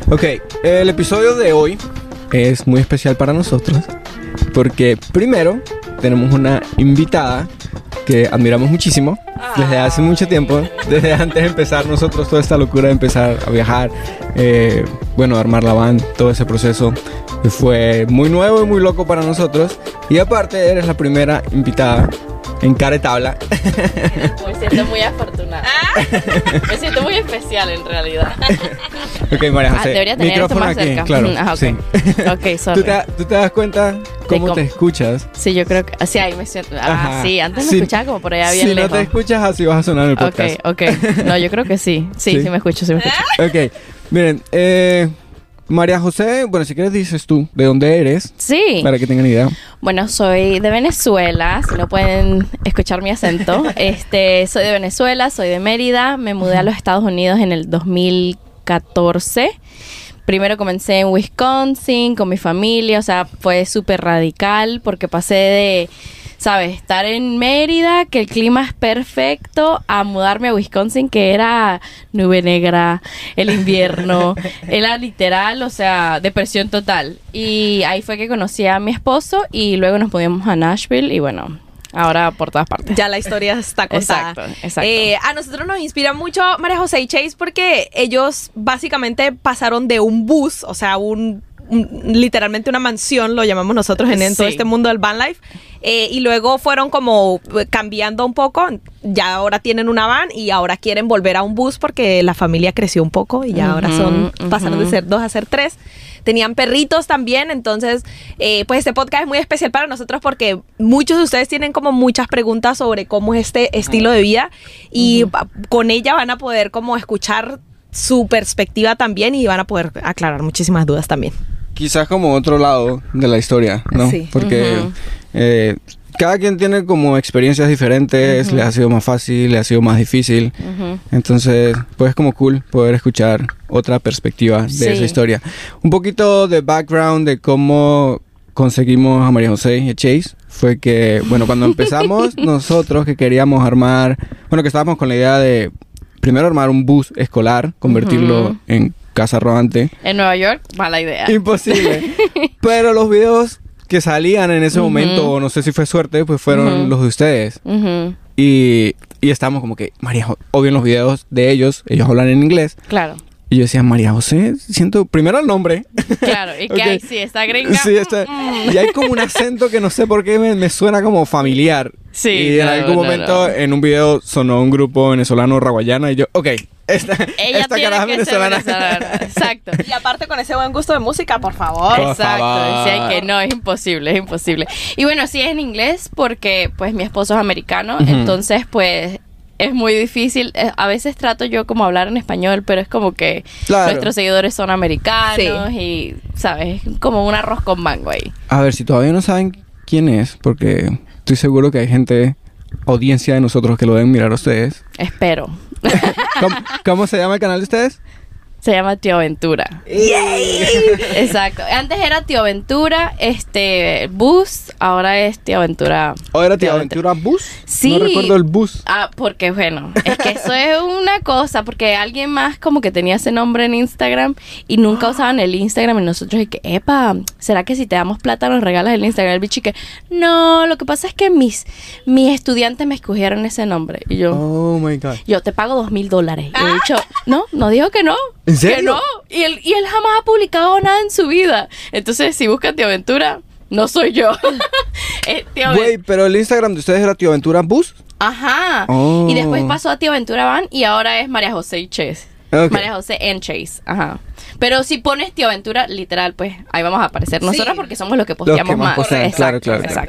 Ok, el episodio de hoy es muy especial para nosotros porque primero tenemos una invitada que admiramos muchísimo desde hace mucho tiempo, desde antes de empezar nosotros toda esta locura de empezar a viajar, armar la van, todo ese proceso que fue muy nuevo y muy loco para nosotros. Y aparte eres la primera invitada en cara y tabla. Me siento muy afortunada. Me siento muy especial en realidad. Ok, María José, debería tener esto más cerca. Claro, okay. sí. Ok, sorry. ¿Tú te das cuenta cómo te escuchas? Sí, yo creo que... Sí, ahí me siento... sí, antes me Sí. escuchaba como por allá bien lejos. Si no te escuchas, así vas a sonar en el podcast. Ok. No, yo creo que sí. Sí me escucho, Ok, miren, María José, bueno, si quieres dices tú de dónde eres. Sí. Para que tengan idea. Bueno, soy de Venezuela, si no pueden escuchar mi acento. Soy de Venezuela, soy de Mérida, me mudé a los Estados Unidos en el 2014. Primero comencé en Wisconsin con mi familia, o sea, fue súper radical porque pasé de, ¿sabes? Estar en Mérida, que el clima es perfecto, a mudarme a Wisconsin, que era nube negra, el invierno, era literal, o sea, depresión total. Y ahí fue que conocí a mi esposo y luego nos mudamos a Nashville y bueno, ahora por todas partes. Ya la historia está contada. Exacto. A nosotros nos inspira mucho María José y Chase porque ellos básicamente pasaron de un bus, o sea, literalmente una mansión, lo llamamos nosotros en todo este mundo del van life, y luego fueron como cambiando un poco, ya ahora tienen una van y ahora quieren volver a un bus porque la familia creció un poco y ya ahora pasaron de ser 2 a ser 3. Tenían perritos también, entonces pues este podcast es muy especial para nosotros porque muchos de ustedes tienen como muchas preguntas sobre cómo es este estilo de vida y con ella van a poder como escuchar su perspectiva también y van a poder aclarar muchísimas dudas también. Quizás como otro lado de la historia, ¿no? Sí. Porque cada quien tiene como experiencias diferentes, le ha sido más fácil, le ha sido más difícil. Entonces, pues es como cool poder escuchar otra perspectiva de esa historia. Un poquito de background de cómo conseguimos a María José y a Chase fue que, bueno, cuando empezamos nosotros que queríamos armar, que estábamos con la idea de primero armar un bus escolar, convertirlo en casa rodante. En Nueva York, mala idea. Imposible. Pero los videos que salían en ese momento, o no sé si fue suerte, pues fueron los de ustedes. Y estábamos como que, obvio en los videos de ellos hablan en inglés. Claro. Y yo decía, María José, siento primero el nombre. Claro, y que hay, sí, esta gringa. Sí, y hay como un acento que no sé por qué me suena como familiar. Sí. Y en algún momento en un video sonó un grupo venezolano raguayana y yo, esta caraja que venezolana. Exacto. Y aparte con ese buen gusto de música, por favor. Exacto. Decía que no, es imposible. Y bueno, sí es en inglés porque pues mi esposo es americano, entonces pues es muy difícil. A veces trato yo como hablar en español, pero es como que nuestros seguidores son americanos y, ¿sabes? Como un arroz con mango ahí. A ver, si todavía no saben quién es, porque estoy seguro que hay audiencia de nosotros que lo deben mirar a ustedes. Espero. ¿Cómo se llama el canal de ustedes? Se llama Tío Ventura. ¡Yay! Exacto. Antes era Tío Ventura, Bus, ahora es Tío Ventura. ¿O era Tío Ventura Bus? Sí. No recuerdo el bus. Porque bueno, es que eso es una cosa, porque alguien más como que tenía ese nombre en Instagram y nunca usaban el Instagram y nosotros y que, epa, ¿será que si te damos plata nos regalas el Instagram? El bicho y que, no, lo que pasa es que mis estudiantes me escogieron ese nombre. Y yo, oh my God. Yo te pago $2,000. Y el bicho, no dijo que no. ¿En serio? Que no. Y él jamás ha publicado nada en su vida. Entonces, si buscan Tío Ventura, no soy yo. Güey, pero el Instagram de ustedes era Tío Ventura Bus. Ajá. Y después pasó a Tío Ventura Van y ahora es María José y Chase. María José and Chase. Ajá. Pero si pones Tío Ventura, literal, pues ahí vamos a aparecer nosotras porque somos los que posteamos más. Exacto.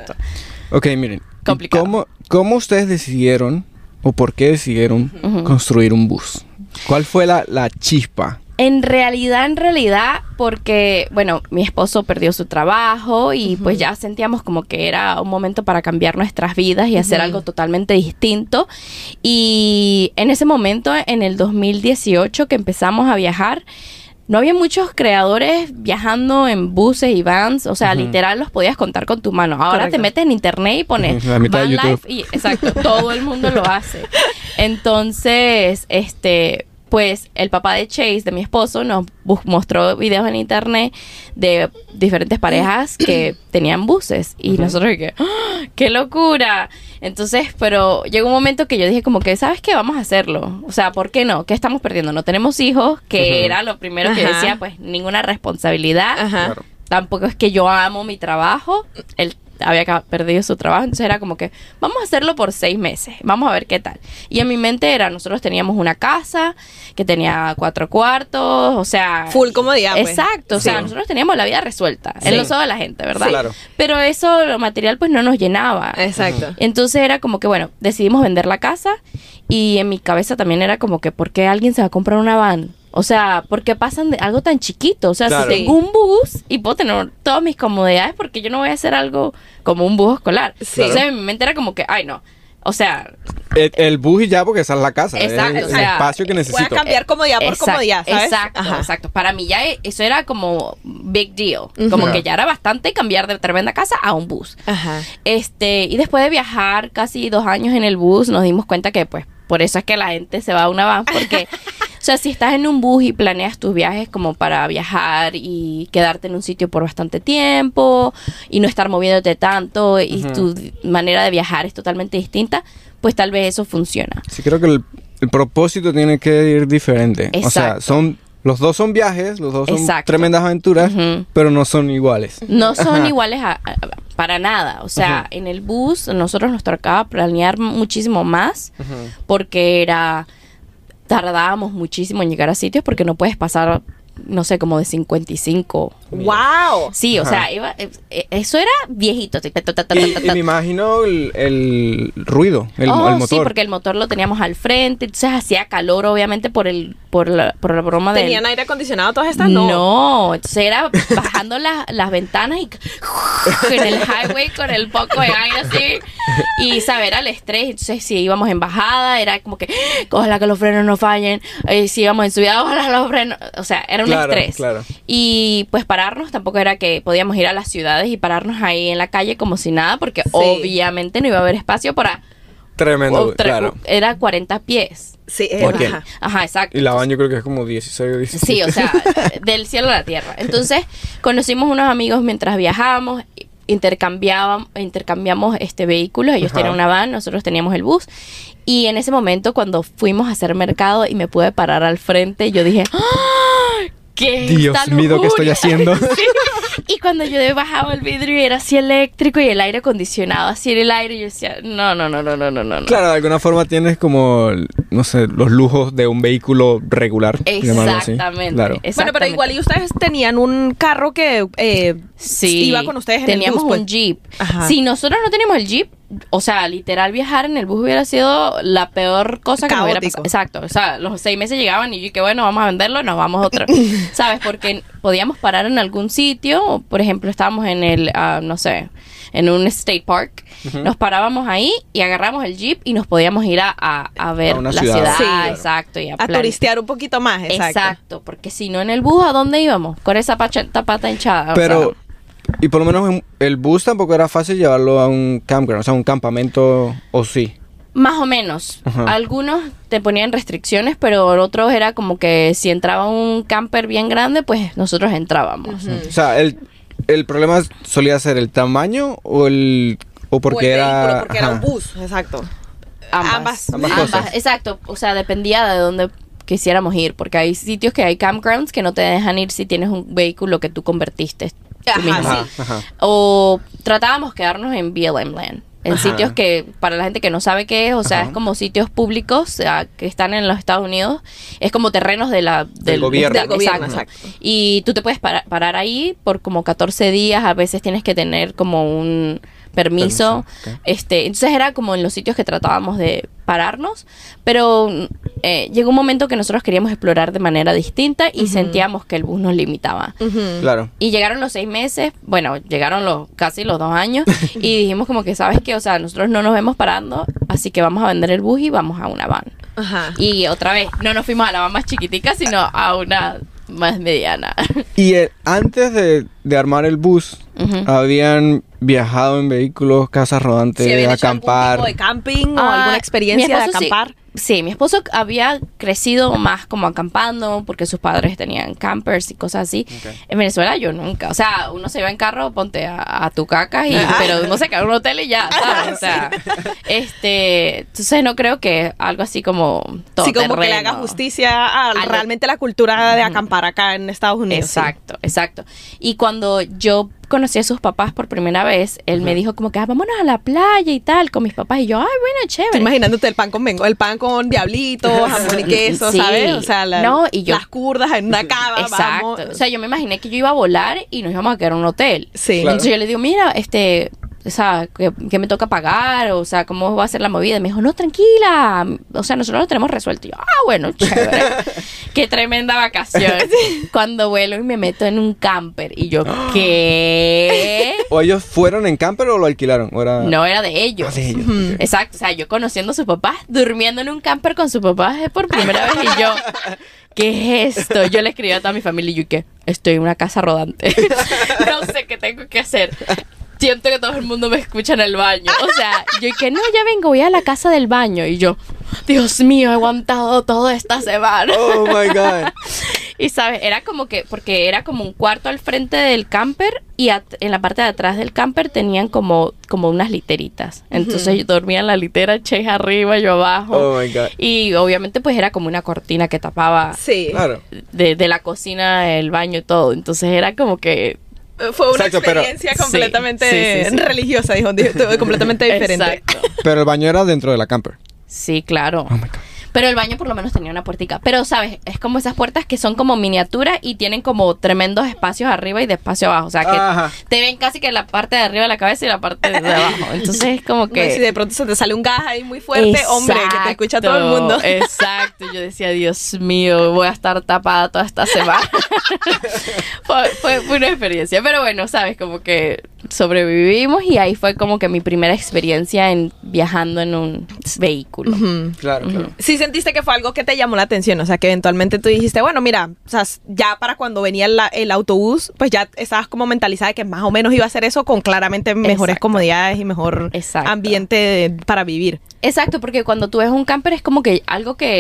Ok, miren. Complicado. ¿Cómo ustedes decidieron o por qué decidieron construir un bus? ¿Cuál fue la chispa? En realidad, porque, bueno, mi esposo perdió su trabajo y pues ya sentíamos como que era un momento para cambiar nuestras vidas y hacer algo totalmente distinto. Y en ese momento, en el 2018 que empezamos a viajar, no había muchos creadores viajando en buses y vans, o sea, literal los podías contar con tu mano. Ahora te metes en internet y pones la mitad van de YouTube. life y exacto, todo el mundo lo hace. Entonces, pues el papá de Chase, de mi esposo, nos mostró videos en internet de diferentes parejas que tenían buses. Y nosotros dije, ¡ah, qué locura! Entonces, pero llegó un momento que yo dije como que, ¿sabes qué? Vamos a hacerlo. O sea, ¿por qué no? ¿Qué estamos perdiendo? No tenemos hijos, que era lo primero que decía, pues ninguna responsabilidad. Ajá. Tampoco es que yo amo mi trabajo. Él había perdido su trabajo, entonces era como que vamos a hacerlo por 6 meses, vamos a ver qué tal. Y en mi mente era, nosotros teníamos una casa que tenía 4 cuartos, o sea, full comodidad, pues. Exacto, o sea, nosotros teníamos la vida resuelta, en los ojos de la gente, ¿verdad? Sí, claro. Pero eso, lo material, pues no nos llenaba. Exacto. Entonces era como que, bueno, decidimos vender la casa y en mi cabeza también era como que, ¿por qué alguien se va a comprar una van? O sea, ¿por qué pasan de algo tan chiquito? O sea, Claro. si tengo un bus y puedo tener todas mis comodidades, porque yo no voy a hacer algo como un bus escolar. Sí. O sea, en mi mente era como que, ay, no. O sea, El bus y ya, porque esa es la casa. Exacto, Es o el sea, espacio que Puedes necesito. cambiar comodidad por comodidad, ¿sabes? Exacto, Ajá. exacto. Para mí ya eso era como big deal. Como que ya era bastante cambiar de tremenda casa a un bus. Ajá. Y después de viajar casi 2 años en el bus, nos dimos cuenta que, pues, por eso es que la gente se va a una van, porque, o sea, si estás en un bus y planeas tus viajes como para viajar y quedarte en un sitio por bastante tiempo y no estar moviéndote tanto y tu manera de viajar es totalmente distinta, pues tal vez eso funciona. Sí, creo que el propósito tiene que ir diferente. O sea, Exacto. los dos son viajes, los dos son Exacto. tremendas aventuras, pero no son iguales. No son iguales para nada. O sea, en el bus nosotros nos tocaba planear muchísimo más porque tardábamos muchísimo en llegar a sitios porque no puedes pasar, no sé, como de 55. ¡Wow! Sí, o Ajá. sea, eso era viejito. Así, Y me imagino el ruido, el motor. Sí, porque el motor lo teníamos al frente, entonces hacía calor, obviamente, por la broma del... ¿Tenían aire acondicionado todas estas? No, entonces era bajando las ventanas y en el highway con el poco de aire así y saber al estrés. Entonces si íbamos en bajada era como que ojalá que los frenos no fallen, si íbamos en subida ojalá los frenos, o sea, era un estrés. Claro. Y pues pararnos tampoco era que podíamos ir a las ciudades y pararnos ahí en la calle como si nada, porque obviamente no iba a haber espacio para... Tremendo, claro. Era 40 pies. Sí, ¿Por qué? ajá. Ajá, exacto. Y la van yo creo que es como 16 o 17. Sí, o sea, del cielo a la tierra. Entonces, conocimos unos amigos mientras viajábamos, intercambiamos vehículos. Ellos Ajá. tenían una van, nosotros teníamos el bus. Y en ese momento, cuando fuimos a hacer mercado y me pude parar al frente, yo dije, ¡ah! ¿Qué es Dios esta mío, ¿qué estoy lujuria? haciendo? Sí. Y cuando yo bajaba el vidrio y era así eléctrico y el aire acondicionado así en el aire, yo decía, no. Claro, de alguna forma tienes como, no sé, los lujos de un vehículo regular. llamarlo así. Exactamente. Claro. Bueno, pero igual y ustedes tenían un carro que Sí, iba con ustedes en teníamos el bus, pues. un Jeep. Ajá. Si nosotros no teníamos el Jeep, o sea, literal viajar en el bus hubiera sido la peor cosa que me hubiera Caótico. pasado. Exacto, o sea, los 6 meses llegaban y yo que bueno, vamos a venderlo, nos vamos a otro. ¿Sabes? Porque podíamos parar en algún sitio, o, por ejemplo, estábamos en el, no sé, en un state park, nos parábamos ahí y agarramos el Jeep y nos podíamos ir a ver A una la ciudad. ciudad, Sí, claro. exacto, y a plan- turistear un poquito más, Exacto, porque si no en el bus, ¿a dónde íbamos? Con esa pata hinchada. Pero, o sea, y por lo menos el bus tampoco era fácil llevarlo a un campground, o sea, un campamento, o sí. más o menos. Ajá. Algunos te ponían restricciones, pero otros era como que si entraba un camper bien grande, pues nosotros entrábamos. O sea, el problema solía ser el tamaño o porque era... Porque era un ajá. bus, exacto. Ambas cosas. Exacto. O sea, dependía de dónde quisiéramos ir, porque hay sitios que hay campgrounds que no te dejan ir si tienes un vehículo que tú convertiste tú Ajá, mismo. sí. Ajá. O tratábamos quedarnos en BLM Land. En Ajá. sitios que, para la gente que no sabe qué es, o sea, Ajá. es como sitios públicos, o sea, que están en los Estados Unidos. Es como terrenos del gobierno. Del gobierno, exacto. exacto. Y tú te puedes parar ahí por como 14 días. A veces tienes que tener como un permiso. Ok. Entonces era como en los sitios que tratábamos de pararnos. Pero llegó un momento que nosotros queríamos explorar de manera distinta y sentíamos que el bus nos limitaba. Claro. Y llegaron los 6 meses, bueno, llegaron casi los 2 años y dijimos como que, ¿sabes qué? O sea, nosotros no nos vemos parando, así que vamos a vender el bus y vamos a una van. Ajá. Y otra vez, no nos fuimos a la van más chiquitica, sino a una más mediana. Y antes de armar el bus, habían viajado en vehículos, casas rodantes, Si habían hecho acampar. algún tipo de camping o Ah, alguna experiencia mi de esposo sí. acampar. Sí, mi esposo había crecido más como acampando porque sus padres tenían campers y cosas así. Okay. En Venezuela yo nunca. O sea, uno se iba en carro, ponte a tu caca, pero uno se queda en un hotel y ya, ¿sabes? O sea, entonces no creo que algo así como todo terreno. Como que le haga justicia a realmente la cultura de acampar acá en Estados Unidos. Exacto. Y cuando yo conocí a sus papás por primera vez, él me dijo como que vámonos a la playa y tal con mis papás, y yo, ay, bueno, chévere. Estoy imaginándote el pan con diablito, jamón y queso, sí, ¿sabes? O sea, las curdas en una cava. Exacto. Vamos. O sea, yo me imaginé que yo iba a volar y nos íbamos a quedar en un hotel. Sí. Claro. Entonces yo le digo, mira, o sea, ¿qué me toca pagar? O sea, ¿cómo va a ser la movida? Y me dijo, no, tranquila. O sea, nosotros lo tenemos resuelto. Y yo, bueno, chévere. Qué tremenda vacación. Cuando vuelo y me meto en un camper. Y yo, ¿qué? ¿O ellos fueron en camper o lo alquilaron? No, era de ellos. De ellos. Exacto. O sea, yo conociendo a sus papás, durmiendo en un camper con sus papás por primera vez. Y yo, ¿qué es esto? Yo le escribí a toda mi familia y yo, ¿qué? Estoy en una casa rodante. No sé qué tengo que hacer. Siento que todo el mundo me escucha en el baño. O sea, yo que no, ya vengo, voy a la casa del baño. Y yo, Dios mío, he aguantado toda esta semana. Oh my God. Y sabes, era como que, porque era como un cuarto al frente del camper y en la parte de atrás del camper tenían como unas literitas. Entonces yo dormía en la litera, Chase arriba, yo abajo. Oh my God. Y obviamente pues era como una cortina que tapaba claro, de la cocina, el baño y todo. Entonces era como que fue una experiencia completamente religiosa, dijo, completamente diferente. Exacto. Pero el baño era dentro de la camper. Sí, claro. Oh my God. Pero el baño por lo menos tenía una puertica. Pero, ¿sabes? Es como esas puertas que son como miniaturas y tienen como tremendos espacios arriba y de espacio abajo. O sea, que te ven casi que la parte de arriba de la cabeza y la parte de abajo. Entonces es como que... No, si de pronto se te sale un gas ahí muy fuerte, exacto, hombre, que te escucha todo el mundo. Exacto. Yo decía, Dios mío, voy a estar tapada toda esta semana. fue una experiencia. Pero bueno, ¿sabes? Como que sobrevivimos y ahí fue como que mi primera experiencia en viajando en un vehículo. Claro. Sí sentiste que fue algo que te llamó la atención, o sea, que eventualmente tú dijiste, bueno, mira, o sea, ya para cuando venía el autobús, pues ya estabas como mentalizada de que más o menos iba a ser eso con claramente mejores comodidades y mejor ambiente para vivir. Exacto, porque cuando tú ves un camper es como que algo que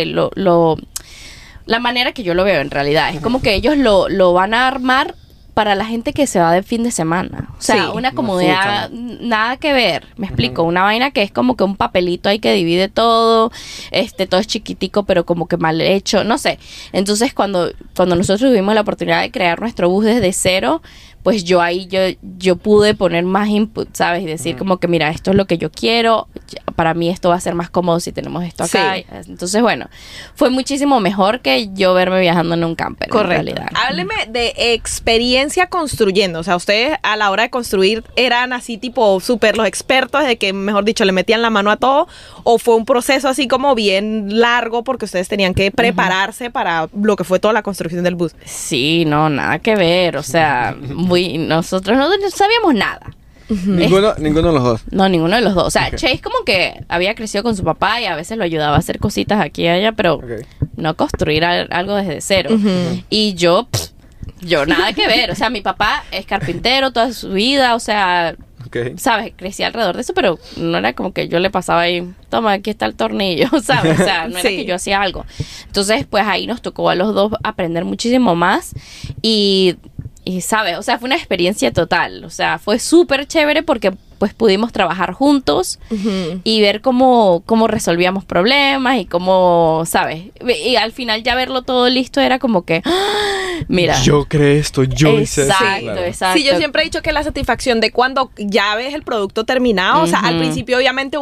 la manera que yo lo veo en realidad, es como que ellos lo van a armar para la gente que se va de fin de semana. O sea, una comodidad, nada que ver. Me explico. Una vaina que es como que un papelito ahí que divide todo. Todo es chiquitico, pero como que mal hecho. No sé. Entonces, cuando nosotros tuvimos la oportunidad de crear nuestro bus desde cero, pues yo pude poner más input, ¿sabes? Y decir como que, mira, esto es lo que yo quiero. Para mí esto va a ser más cómodo si tenemos esto acá. Sí. Entonces, bueno, fue muchísimo mejor que yo verme viajando en un camper. Correcto. En realidad. Hábleme de experiencia construyendo. O sea, ustedes a la hora de construir eran así tipo súper los expertos de que, mejor dicho, le metían la mano a todo, o fue un proceso así como bien largo porque ustedes tenían que prepararse para lo que fue toda la construcción del bus. Sí, no, nada que ver. O sea, nosotros no sabíamos nada. Ninguno de los dos. No, ninguno de los dos. O sea, Chase como que había crecido con su papá y a veces lo ayudaba a hacer cositas aquí y allá, pero no construir algo desde cero. Y yo nada que ver. O sea, mi papá es carpintero toda su vida, o sea, ¿sabes? Crecí alrededor de eso, pero no era como que yo le pasaba ahí, toma, aquí está el tornillo, ¿sabes? O sea, no era que yo hacía algo. Entonces, pues ahí nos tocó a los dos aprender muchísimo más y ¿sabes? O sea, fue una experiencia total. O sea, fue súper chévere porque pues pudimos trabajar juntos y ver cómo resolvíamos problemas y cómo, ¿sabes? Y al final ya verlo todo listo era como que, mira. Yo creé esto, yo hice eso. Exacto. Sí, yo siempre he dicho que la satisfacción de cuando ya ves el producto terminado, o sea, al principio obviamente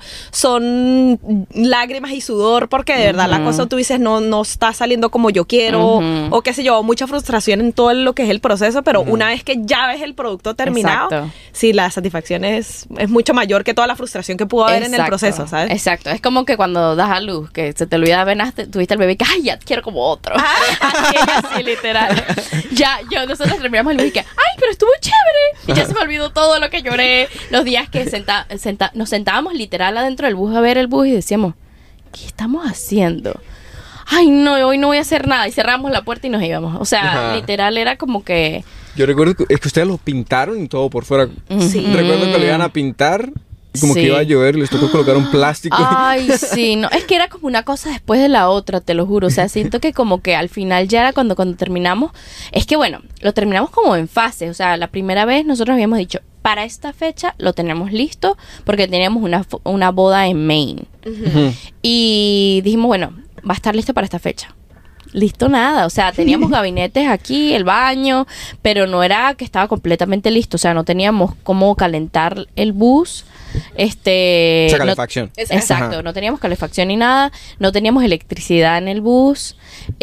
son lágrimas y sudor porque de verdad la cosa tú dices no está saliendo como yo quiero o qué sé yo, mucha frustración en todo lo que es el proceso, pero una vez que ya ves el producto terminado, sí, la satisfacción es mucho mayor que toda la frustración que pudo haber en el proceso, ¿sabes? Exacto, es como que cuando das a luz, que se te olvida apenas tuviste el bebé, que ay, ya quiero como otro. Así, literal. Nosotros terminamos el bus y que, ay, pero estuvo chévere. Y ya se me olvidó todo lo que lloré. Los días que nos sentábamos literal adentro del bus a ver el bus y decíamos, ¿qué estamos haciendo? Ay, no, hoy no voy a hacer nada. Y cerramos la puerta y nos íbamos. O sea, literal era como que... Yo recuerdo que ustedes lo pintaron y todo por fuera. Sí. Recuerdo que lo iban a pintar como que iba a llover, les tocó colocar un plástico. Ay, sí, no, es que era como una cosa después de la otra, te lo juro. O sea, siento que como que al final ya era cuando terminamos. Es que bueno, lo terminamos como en fases. O sea, la primera vez nosotros habíamos dicho, para esta fecha lo tenemos listo porque teníamos una boda en Maine. Y dijimos, bueno, va a estar listo para esta fecha. Listo nada, o sea, teníamos gabinetes aquí, el baño, pero no era que estaba completamente listo, o sea, no teníamos cómo calentar el bus. Esa calefacción. Exacto, no teníamos calefacción ni nada, no teníamos electricidad en el bus.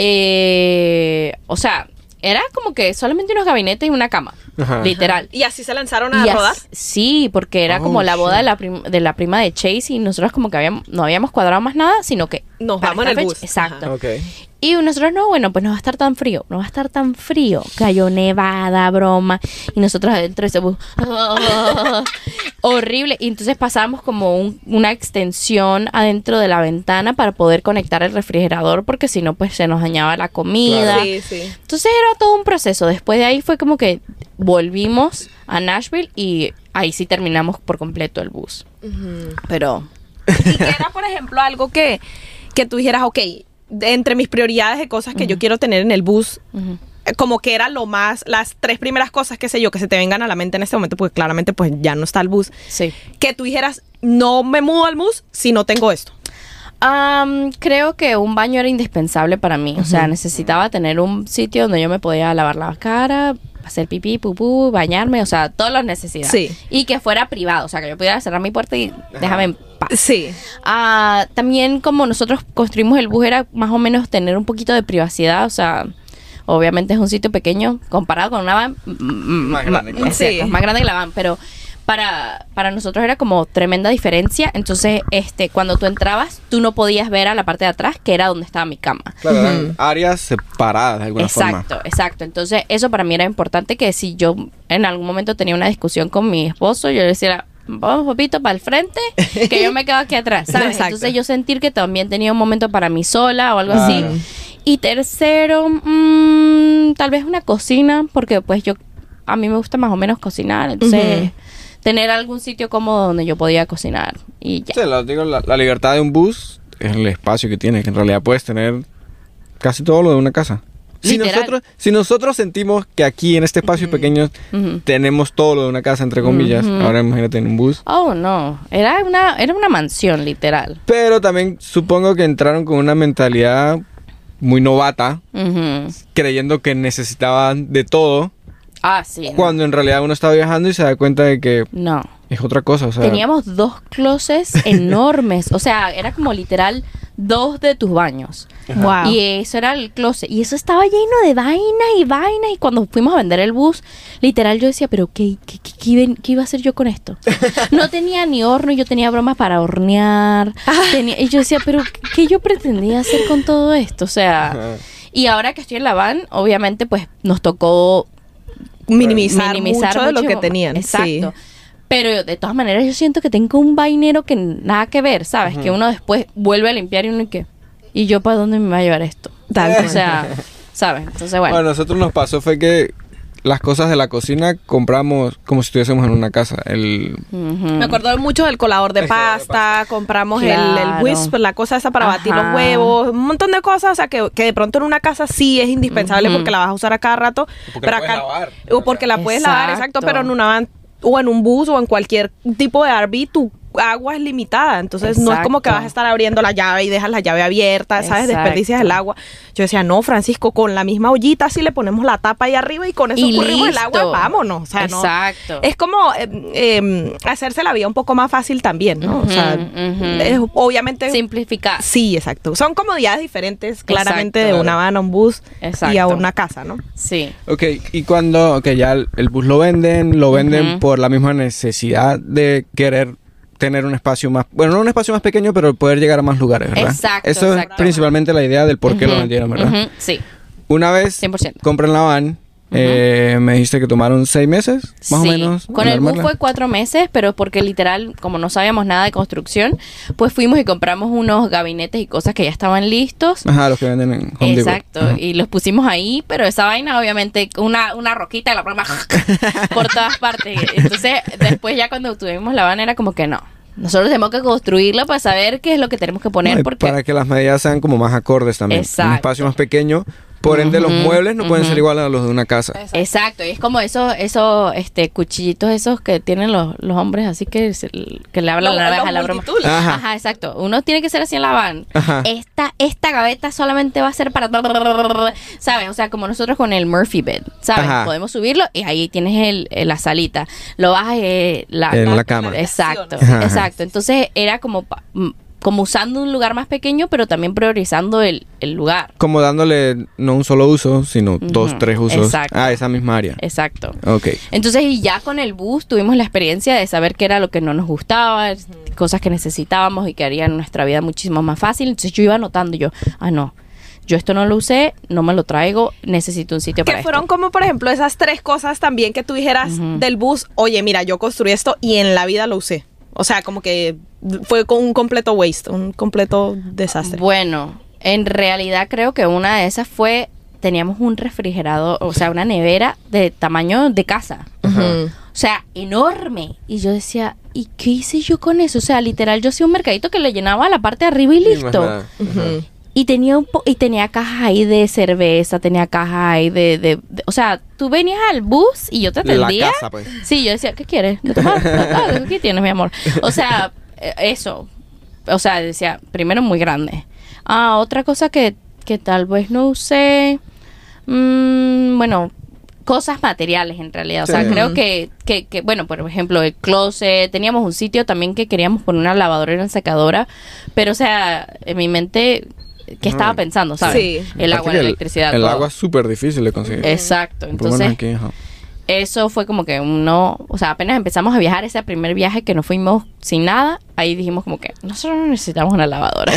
O sea, era como que solamente unos gabinetes y una cama, literal. ¿Y así se lanzaron a rodar? Sí, porque era como la boda de la prima de Chase y nosotros como que no habíamos cuadrado más nada, sino que nos vamos en el bus. Exacto. Y nosotros no, bueno, pues no va a estar tan frío, Cayó nevada, broma. Y nosotros adentro de ese bus, horrible. Y entonces pasamos como una extensión adentro de la ventana para poder conectar el refrigerador, porque si no, pues se nos dañaba la comida. Claro. Sí. Entonces era todo un proceso. Después de ahí fue como que volvimos a Nashville y ahí sí terminamos por completo el bus. Pero... ¿Y qué era, por ejemplo, algo que tú dijeras, ok, entre mis prioridades de cosas que yo quiero tener en el bus, como que era las 3 primeras cosas, qué sé yo, que se te vengan a la mente en este momento, porque claramente pues ya no está el bus, que tú dijeras, no me mudo al bus si no tengo esto? Creo que un baño era indispensable para mí. O sea, necesitaba tener un sitio donde yo me podía lavar la cara, hacer pipí, pupú, bañarme, o sea, todas las necesidades. Sí. Y que fuera privado, o sea, que yo pudiera cerrar mi puerta y déjame en paz. Sí. También como nosotros construimos el bus era más o menos tener un poquito de privacidad, o sea, obviamente es un sitio pequeño comparado con una van más grande. Es más grande que la van, pero para nosotros era como tremenda diferencia. Entonces, cuando tú entrabas, tú no podías ver a la parte de atrás, que era donde estaba mi cama. Claro, eran áreas separadas de alguna forma. Exacto. Entonces, eso para mí era importante, que si yo en algún momento tenía una discusión con mi esposo, yo le decía, vamos, papito, para el frente, que yo me quedo aquí atrás, ¿sabes? Exacto. Entonces, yo sentir que también tenía un momento para mí sola o algo así. Y tercero, tal vez una cocina, porque pues a mí me gusta más o menos cocinar, entonces... tener algún sitio cómodo donde yo podía cocinar y ya. Sí, la libertad de un bus es el espacio que tiene, que en realidad puedes tener casi todo lo de una casa. Si nosotros sentimos que aquí en este espacio pequeño tenemos todo lo de una casa, entre comillas, ahora imagínate en un bus. Oh, no. Era una mansión, literal. Pero también supongo que entraron con una mentalidad muy novata, creyendo que necesitaban de todo. Sí. Cuando en realidad uno está viajando y se da cuenta de que es otra cosa. O sea, teníamos 2 closets enormes. O sea, era como literal 2 de tus baños. Wow. Y eso era el closet. Y eso estaba lleno de vainas y vainas. Y cuando fuimos a vender el bus, literal yo decía, pero ¿qué iba a hacer yo con esto? No tenía ni horno, yo tenía bromas para hornear. Y yo decía, pero ¿qué yo pretendía hacer con todo esto? O sea, y ahora que estoy en la van, obviamente pues nos tocó minimizar mucho de lo que tenían. Exacto. Sí. Pero de todas maneras yo siento que tengo un vainero que nada que ver, ¿sabes? Que uno después vuelve a limpiar y uno ¿y yo para dónde me va a llevar esto? O sea, ¿sabes? Entonces, bueno. A nosotros nos pasó fue que las cosas de la cocina compramos como si estuviésemos en una casa. Me acuerdo mucho del colador de pasta, compramos el whisk, la cosa esa para batir los huevos, un montón de cosas, o sea, que de pronto en una casa sí es indispensable porque la vas a usar a cada rato. Pero acá, lavar. O porque la puedes lavar, exacto, pero en una van o en un bus o en cualquier tipo de RV, tu agua es limitada, entonces no es como que vas a estar abriendo la llave y dejas la llave abierta, ¿sabes? Desperdicias el agua. Yo decía, no, Francisco, con la misma ollita así le ponemos la tapa ahí arriba y con eso escurrimos el agua, vámonos. O sea, exacto. No, es como hacerse la vida un poco más fácil también, ¿no? O sea, es, obviamente... simplificar. Sí, exacto. Son comodidades diferentes, claramente, de una van a un bus y a una casa, ¿no? Sí. Ok, y cuando ya el bus lo venden por la misma necesidad de querer tener un espacio más, bueno, no un espacio más pequeño, pero poder llegar a más lugares, ¿verdad? Exacto. Eso es principalmente la idea del por qué lo vendieron, ¿verdad? Sí. Una vez 100%. compran la van, me dijiste que tomaron 6 meses, más o menos. Con el bus fue 4 meses, pero porque literal, como no sabíamos nada de construcción, pues fuimos y compramos unos gabinetes y cosas que ya estaban listos. Los que venden en Home Depot. Exacto, y los pusimos ahí, pero esa vaina obviamente una roquita la ponemos por todas partes. Entonces, después ya cuando tuvimos la van era como que no. nosotros tenemos que construirlo para saber qué es lo que tenemos que poner. No, porque para que las medidas sean como más acordes también. Exacto. Un espacio más pequeño. Por ende, los muebles no pueden ser iguales a los de una casa. Exacto, y es como esos cuchillitos esos que tienen los hombres, así que le hablan a la broma. Ajá, exacto. Uno tiene que ser así en la van. Ajá. Esta gaveta solamente va a ser para... ¿Sabes? O sea, como nosotros con el Murphy bed, ¿sabes? Ajá. Podemos subirlo y ahí tienes la salita. Lo bajas en la cama. Exacto, Ajá. exacto. Entonces era como usando un lugar más pequeño, pero también priorizando el lugar. Como dándole no un solo uso, sino 2, 3 usos Exacto. a esa misma área. Exacto. Ok. Entonces, y ya con el bus tuvimos la experiencia de saber qué era lo que no nos gustaba, cosas que necesitábamos y que harían nuestra vida muchísimo más fácil. Entonces yo iba anotando, yo esto no lo usé, no me lo traigo, necesito un sitio para Que fueron esto. como, por ejemplo, esas 3 cosas también que tú dijeras del bus, oye, mira, yo construí esto y en la vida lo usé. O sea, como que fue con un completo waste, un completo desastre. Bueno, en realidad creo que una de esas teníamos un refrigerador, o sea, una nevera de tamaño de casa. O sea, enorme. Y yo decía, ¿y qué hice yo con eso? O sea, literal, yo hacía un mercadito que le llenaba la parte de arriba y listo. Y tenía cajas ahí de cerveza, tenía cajas ahí de o sea, tú venías al bus y yo te atendía. La casa, pues. Sí, yo decía, ¿qué quieres? ¿De tomar? ¿Qué tienes, mi amor? O sea, eso. O sea, decía, primero muy grande. Otra cosa que tal vez no usé, bueno, cosas materiales en realidad. O sea, creo que, bueno, por ejemplo, el closet, teníamos un sitio también que queríamos poner una lavadora y una secadora, pero o sea, en mi mente... ¿Qué estaba pensando, sabes? Sí. El agua, la electricidad, El todo. agua es súper difícil de conseguir. Exacto. Por lo menos Entonces, aquí, ajá. eso fue como que o sea, apenas empezamos a viajar, ese primer viaje que nos fuimos sin nada, ahí dijimos como que nosotros necesitamos una lavadora.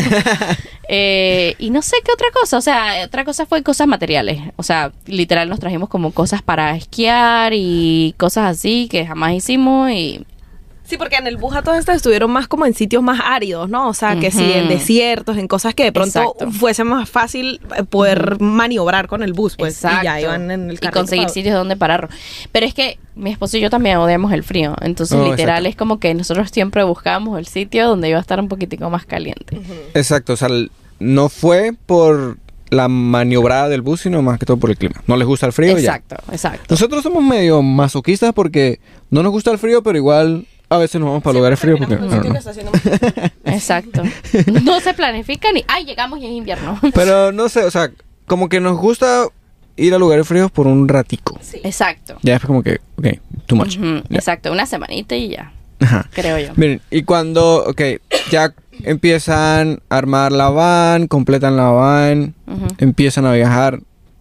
Y no sé qué otra cosa, o sea, otra cosa fue cosas materiales. O sea, literal nos trajimos como cosas para esquiar y cosas así que jamás hicimos y... Sí, porque en el bus a todos estos estuvieron más como en sitios más áridos, ¿no? O sea, que sí, en desiertos, en cosas que de pronto Exacto. fuese más fácil poder maniobrar con el bus, pues. Exacto. Y ya iban en el y carrito conseguir para- sitios donde parar. Pero es que mi esposo y yo también odiamos el frío. Entonces, literal, exacto. es como que nosotros siempre buscábamos el sitio donde iba a estar un poquitico más caliente. Exacto, o sea, no fue por la maniobrada del bus, sino más que todo por el clima. No les gusta el frío Exacto, ya. exacto. Nosotros somos medio masoquistas porque no nos gusta el frío, pero igual a veces nos vamos para lugares fríos porque... Exacto. No se planifica ni... ¡Ay, llegamos y es invierno! Pero no sé, o sea, como que nos gusta ir a lugares fríos por un ratico. Exacto. Ya es como que, ok, too much. Ujú, Ya. exacto, una semanita y ya, Ajá. creo yo. Miren, y cuando, ya empiezan a armar la van, completan la van, empiezan a viajar,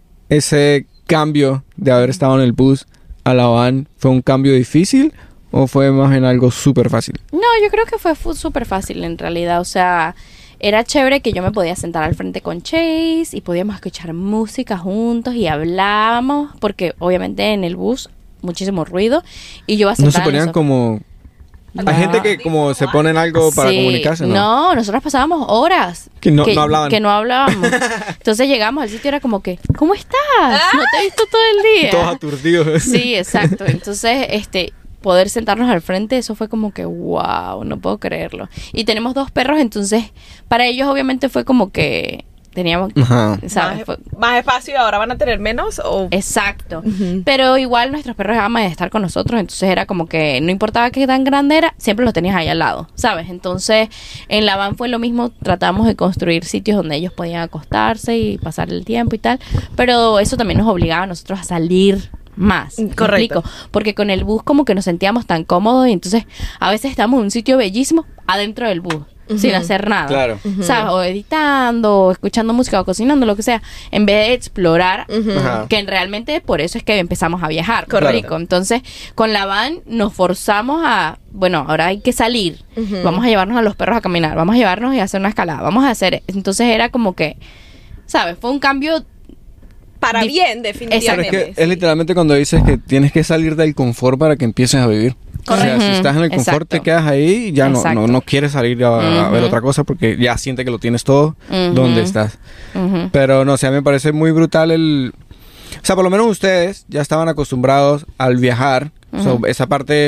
ese cambio de haber estado en el bus a la van, ¿fue un cambio difícil o fue más bien algo súper fácil? No, yo creo que fue súper fácil en realidad. O sea, era chévere que yo me podía sentar al frente con Chase y podíamos escuchar música juntos y hablábamos, porque obviamente en el bus muchísimo ruido y yo iba a ¿No sentar se en ponían el como... Hay gente que como se ponen algo para Sí, comunicarse, ¿no? No, nosotros pasábamos horas. Que no hablaban. Que no hablábamos. Entonces llegamos al sitio, era como que, ¿cómo estás? No te he visto todo el día. Todos aturdidos. Sí, exacto. Entonces, poder sentarnos al frente, eso fue como que, wow, no puedo creerlo. Y tenemos 2 perros, entonces, para ellos obviamente fue como que teníamos, Ajá. ¿sabes? Más espacio y ahora van a tener menos o... Exacto. Pero igual nuestros perros aman estar con nosotros, entonces era como que no importaba qué tan grande era, siempre los tenías ahí al lado, ¿sabes? Entonces, en la van fue lo mismo, tratamos de construir sitios donde ellos podían acostarse y pasar el tiempo y tal, pero eso también nos obligaba a nosotros a salir más. ¿Me Correcto. explico? Porque con el bus como que nos sentíamos tan cómodos y entonces a veces estamos en un sitio bellísimo adentro del bus. Sin hacer nada. Claro. ¿Sabes? O editando, o escuchando música, o cocinando, lo que sea. En vez de explorar, Ajá. que realmente por eso es que empezamos a viajar. Correcto. Rico. Entonces, con la van nos forzamos a, bueno, ahora hay que salir. Vamos a llevarnos a los perros a caminar. Vamos a llevarnos y a hacer una escalada. Vamos a hacer... Entonces era como que, ¿sabes? Fue un cambio... Para bien, Pero definitivamente. es que es literalmente cuando dices que tienes que salir del confort para que empieces a vivir. Correcto. O sea, si estás en el confort, Exacto. te quedas ahí y ya Exacto. no quieres salir a ver otra cosa porque ya sientes que lo tienes todo donde estás. Pero no sé, a mí me parece muy brutal o sea, por lo menos ustedes ya estaban acostumbrados al viajar. So, esa parte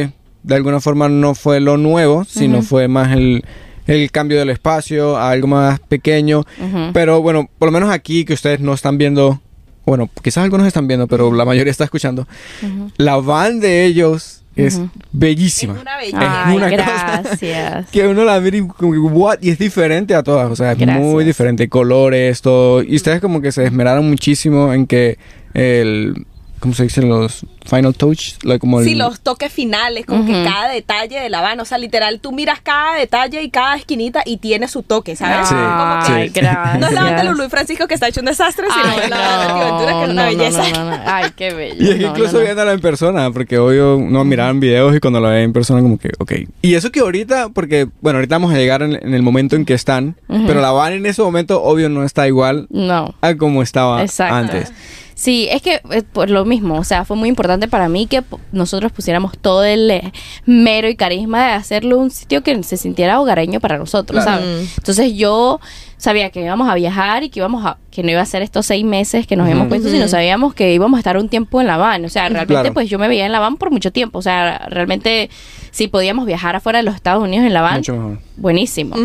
de alguna forma no fue lo nuevo, sino fue más el cambio del espacio a algo más pequeño. Pero bueno, por lo menos aquí que ustedes no están viendo, bueno, quizás algunos están viendo, pero la mayoría está escuchando. La van de ellos es bellísima. Es una belleza. Ay, una gracias. que uno la mira y como que, what, y es diferente a todas, o sea, es muy diferente, colores, todo, y ustedes como que se esmeraron muchísimo en que ¿cómo se dicen? Los final touch, como sí, los toques finales, como que cada detalle de la van, o sea, literal, tú miras cada detalle y cada esquinita y tiene su toque, ¿sabes? Sí. Como que Ay, gracias. no es la van de Lulú y Francisco que está hecho un desastre, sino la van de Artiventura que es una belleza. No. Ay, qué bello. Y es que incluso viéndola en persona, porque obvio no miraban videos y cuando la ven en persona como que, ok. Y eso que ahorita, porque, bueno, ahorita vamos a llegar en el momento en que están, pero la van en ese momento, obvio, no está igual a como estaba antes. Sí, es que por lo mismo, o sea, fue muy importante para mí que nosotros pusiéramos todo el mero y carisma de hacerlo un sitio que se sintiera hogareño para nosotros, ¿sabes? Entonces yo sabía que íbamos a viajar y que no iba a ser estos 6 meses que nos habíamos puesto, sino sabíamos que íbamos a estar un tiempo en la van, o sea, realmente pues yo me veía en la van por mucho tiempo, o sea, realmente si podíamos viajar afuera de los Estados Unidos en la van, mucho mejor. Buenísimo.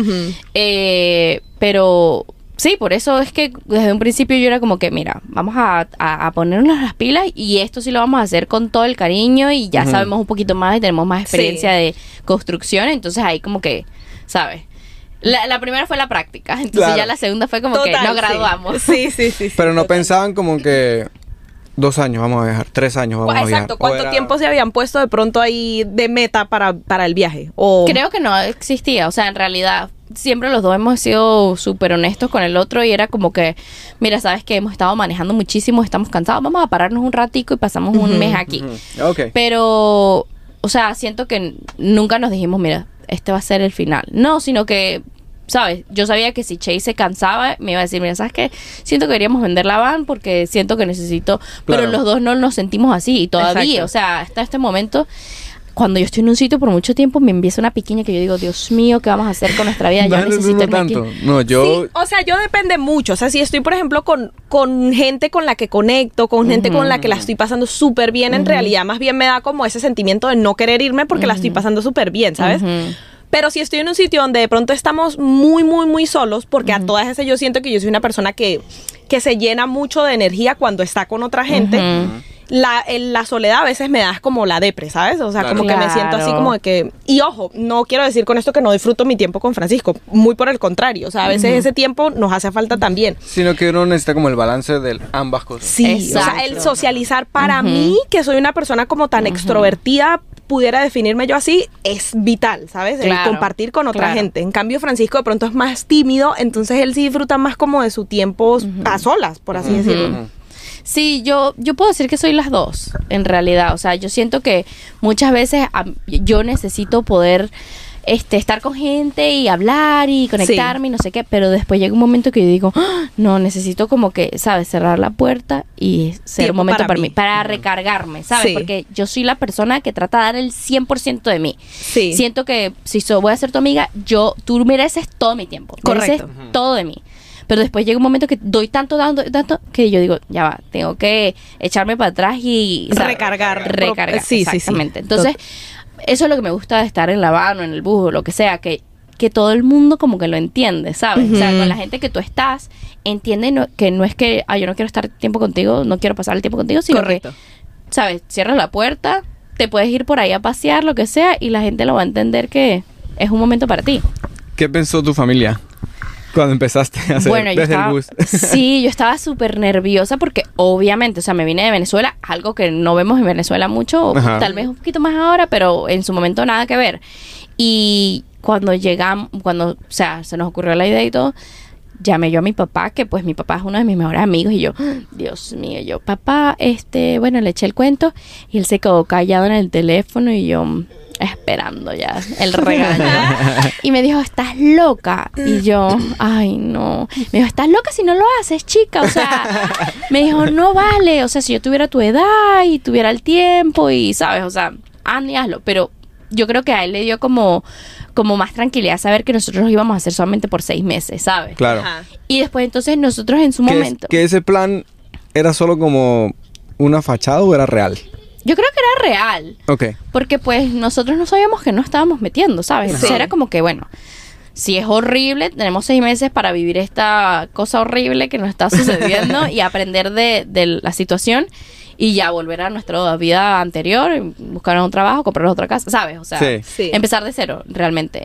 Pero sí, por eso es que desde un principio yo era como que, mira, vamos a ponernos las pilas y esto sí lo vamos a hacer con todo el cariño y ya sabemos un poquito más y tenemos más experiencia de construcción, entonces ahí como que, ¿sabes? La primera fue la práctica, entonces ya la segunda fue como que nos graduamos. Sí. Pero no pensaban como que 2 años vamos a viajar, 3 años vamos a viajar. Exacto, ¿cuánto tiempo se habían puesto de pronto ahí de meta para el viaje? Creo que no existía, o sea, en realidad siempre los dos hemos sido súper honestos con el otro y era como que, mira, sabes que hemos estado manejando muchísimo, estamos cansados, vamos a pararnos un ratico y pasamos un mes aquí. Okay. Pero, o sea, siento que nunca nos dijimos, mira, este va a ser el final. No, sino que, ¿sabes? Yo sabía que si Chase se cansaba, me iba a decir, mira, ¿sabes qué? Siento que queríamos vender la van porque siento que necesito... Claro. Pero los dos no nos sentimos así y todavía, exacto. O sea, hasta este momento... Cuando yo estoy en un sitio por mucho tiempo, me empieza una piquiña que yo digo, Dios mío, ¿qué vamos a hacer con nuestra vida? Ya necesito irme aquí. No, yo... Sí, o sea, yo depende mucho. O sea, si estoy, por ejemplo, con gente con la que conecto, con gente con la que la estoy pasando súper bien, en realidad más bien me da como ese sentimiento de no querer irme porque la estoy pasando súper bien, ¿sabes? Pero si estoy en un sitio donde de pronto estamos muy, muy, muy solos, porque a todas esas yo siento que yo soy una persona que se llena mucho de energía cuando está con otra gente. La soledad a veces me da como la depre, ¿sabes? O sea, como que me siento así como de que... Y ojo, no quiero decir con esto que no disfruto mi tiempo con Francisco. Muy por el contrario. O sea, a veces ese tiempo nos hace falta también. Sino que uno necesita como el balance de ambas cosas. Sí, exacto. O sea, el socializar para mí, que soy una persona como tan extrovertida, pudiera definirme yo así, es vital, ¿sabes? El compartir con otra gente. En cambio, Francisco de pronto es más tímido, entonces él sí disfruta más como de su tiempo a solas, por así decirlo. Sí, yo puedo decir que soy las dos, en realidad. O sea, yo siento que muchas veces yo necesito poder estar con gente y hablar y conectarme y no sé qué, pero después llega un momento que yo digo, no, necesito como que, ¿sabes? Cerrar la puerta y ser un momento para mí, para recargarme, ¿sabes? Porque yo soy la persona que trata de dar el 100% de mí. Siento que si voy a ser tu amiga, tú mereces todo mi tiempo. Mereces todo de mí. Pero después llega un momento que doy tanto, que yo digo, ya va, tengo que echarme para atrás y... Recargar. Sí, exactamente. Entonces, eso es lo que me gusta de estar en la van o en el bus o lo que sea, que todo el mundo como que lo entiende, ¿sabes? O sea, con la gente que tú estás, entiende que no es que, yo no quiero estar tiempo contigo, no quiero pasar el tiempo contigo, sino que, ¿sabes? Cierras la puerta, te puedes ir por ahí a pasear, lo que sea, y la gente lo va a entender que es un momento para ti. ¿Qué pensó tu familia cuando empezaste a hacer desde el bus? Sí, yo estaba súper nerviosa porque obviamente, o sea, me vine de Venezuela, algo que no vemos en Venezuela mucho, tal vez un poquito más ahora, pero en su momento nada que ver. Y cuando o sea, se nos ocurrió la idea y todo, llamé yo a mi papá, que pues mi papá es uno de mis mejores amigos, y yo, Dios mío, papá, bueno, le eché el cuento y él se quedó callado en el teléfono y yo... esperando ya el regaño. Y me dijo, ¿estás loca? Y yo, ay, no. Me dijo, ¿estás loca si no lo haces, chica? O sea, me dijo, no vale. O sea, si yo tuviera tu edad y tuviera el tiempo y, ¿sabes? O sea, anda y hazlo. Pero yo creo que a él le dio como más tranquilidad saber que nosotros lo íbamos a hacer solamente por 6 meses, ¿sabes? Claro. Y después entonces nosotros en su momento... ¿Que ese plan era solo como una fachada o era real? yo creo que era real. Ok. Porque pues nosotros no sabíamos que no estábamos metiendo, ¿sabes? Entonces era como que, bueno, si es horrible, tenemos 6 meses para vivir esta cosa horrible que nos está sucediendo y aprender de la situación y ya volver a nuestra vida anterior, buscar un trabajo, comprar otra casa, ¿sabes? O sea, empezar de cero, realmente.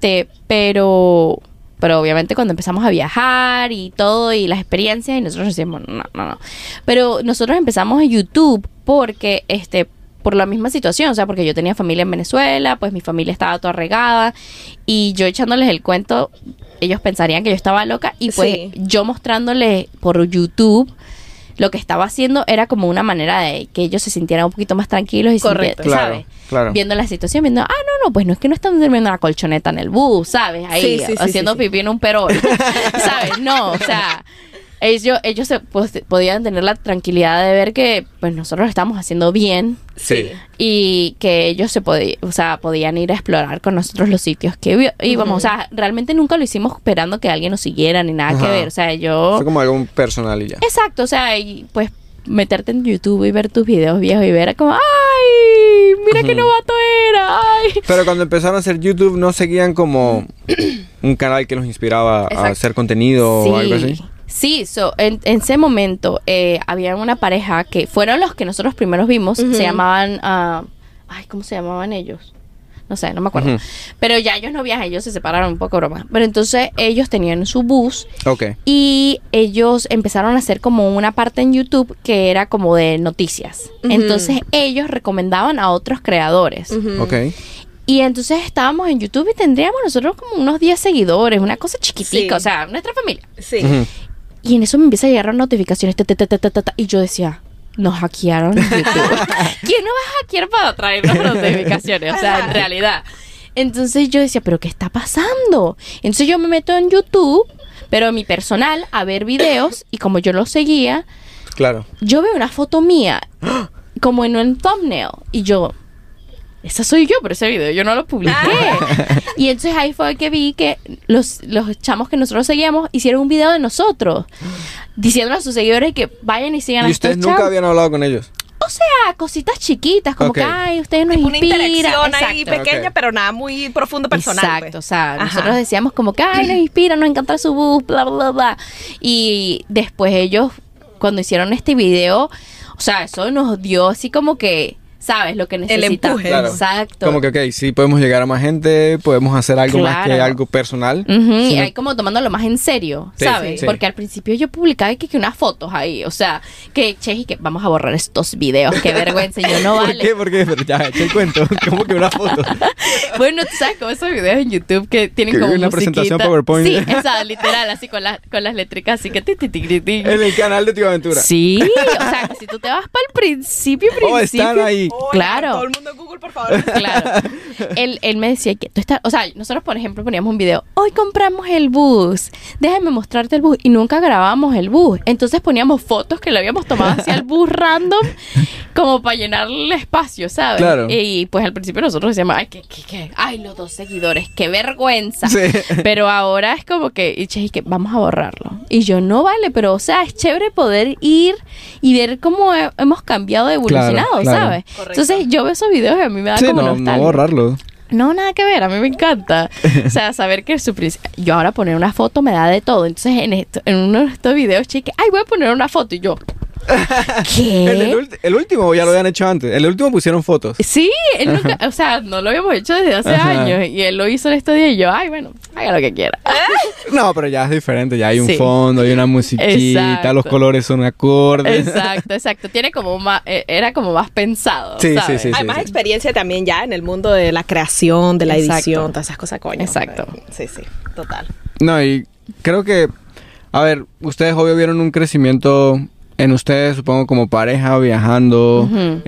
Pero obviamente cuando empezamos a viajar y todo y las experiencias, y nosotros decíamos, no. Pero nosotros empezamos en YouTube porque, por la misma situación, o sea, porque yo tenía familia en Venezuela, pues mi familia estaba toda regada y yo echándoles el cuento, ellos pensarían que yo estaba loca y pues yo mostrándoles por YouTube lo que estaba haciendo era como una manera de que ellos se sintieran un poquito más tranquilos y correcto, ¿sabes? Claro. Viendo la situación, viendo, pues no es que no están durmiendo en la colchoneta en el bus, ¿sabes? Ahí, haciendo pipí en un perol, ¿sabes? No, o sea, ellos podían tener la tranquilidad de ver que pues nosotros lo estamos haciendo bien. Sí. Y que ellos podían ir a explorar con nosotros los sitios que íbamos. O sea, realmente nunca lo hicimos esperando que alguien nos siguiera ni nada que ver. O sea, fue como algo personal y ya. Exacto, o sea, y pues meterte en YouTube y ver tus videos viejos y ver como, ¡ay! Mira qué novato era, ¡ay! Pero cuando empezaron a hacer YouTube, ¿no seguían como un canal que los inspiraba a hacer contenido o algo así? Sí, en ese momento había una pareja que fueron los que nosotros primeros vimos, se llamaban, ¿cómo se llamaban ellos? No sé, no me acuerdo. Pero ya ellos no viajan, ellos se separaron un poco, broma. Pero entonces ellos tenían su bus y ellos empezaron a hacer como una parte en YouTube que era como de noticias. Entonces ellos recomendaban a otros creadores. Y entonces estábamos en YouTube y tendríamos nosotros como unos 10 seguidores, una cosa chiquitica, o sea, nuestra familia. Y en eso me empieza a llegar notificaciones, y yo decía, nos hackearon en YouTube. ¿Quién no va a hackear para traernos notificaciones? O sea, en realidad. Entonces yo decía, ¿pero qué está pasando? Entonces yo me meto en YouTube, pero en mi personal, a ver videos, y como yo lo seguía, yo veo una foto mía, como en un thumbnail, y yo, esa soy yo, pero ese video yo no lo publiqué. Y entonces ahí fue que vi que los chamos que nosotros seguíamos hicieron un video de nosotros, diciéndole a sus seguidores que vayan y sigan a estos chamos. ¿Y ustedes nunca habían hablado con ellos? O sea, cositas chiquitas, como que, ustedes nos inspiran. Una interacción ahí pequeña, pero nada muy profundo personal. Exacto, pues. o sea, nosotros decíamos como que, nos inspiran, nos encanta su bus, bla, bla, bla. Y después ellos, cuando hicieron este video, o sea, eso nos dio así como que, ¿sabes? Lo que necesitamos. El empuje. Exacto. Como que, sí, podemos llegar a más gente, podemos hacer algo más que algo personal. Y ahí como tomándolo más en serio, ¿sabes? Sí. Porque al principio yo publicaba que unas fotos ahí, o sea, que vamos a borrar estos videos, qué vergüenza, y yo no vale. ¿Por qué? Pero ya, eché el cuento, como que una foto. Bueno, tú sabes como esos videos en YouTube que tienen como una presentación PowerPoint. Sí, esa, literal, así con las letricas, así que en el canal de Tío Aventura. Sí, o sea, que si tú te vas para el principio. Están ahí. Claro. Todo el mundo en Google, por favor. Claro. Él me decía que tú estás, o sea, nosotros por ejemplo poníamos un video, hoy compramos el bus, déjame mostrarte el bus, y nunca grabábamos el bus. Entonces poníamos fotos que le habíamos tomado hacia el bus random, como para llenar el espacio, ¿sabes? Claro. Y pues al principio nosotros decíamos, ay, los 2 seguidores, qué vergüenza. Sí. Pero ahora es como que, que vamos a borrarlo. Y yo, no vale, pero o sea, es chévere poder ir y ver cómo hemos cambiado, evolucionado, ¿sabes? Correcto. Entonces yo veo esos videos y a mí me da como nostalgia. No borrarlo. No, nada que ver, a mí me encanta. O sea, saber que yo ahora poner una foto me da de todo. Entonces en uno de estos videos, voy a poner una foto, y yo, ¿qué? El último ya lo habían hecho antes. El último pusieron fotos. Sí, él nunca, o sea, no lo habíamos hecho desde hace años. Y él lo hizo en estos días y yo, bueno, haga lo que quiera. No, pero ya es diferente. Ya hay un Sí. fondo, hay una musiquita, Exacto. los colores son acordes. Exacto. Tiene como más, era como más pensado, Sí, ¿sabes? sí. Hay más experiencia también ya en el mundo de la creación, de la Exacto. edición, todas esas cosas, coño. Exacto. Sí, total. No, y creo que, a ver, ustedes obvio vieron un crecimiento en ustedes, supongo, como pareja, viajando,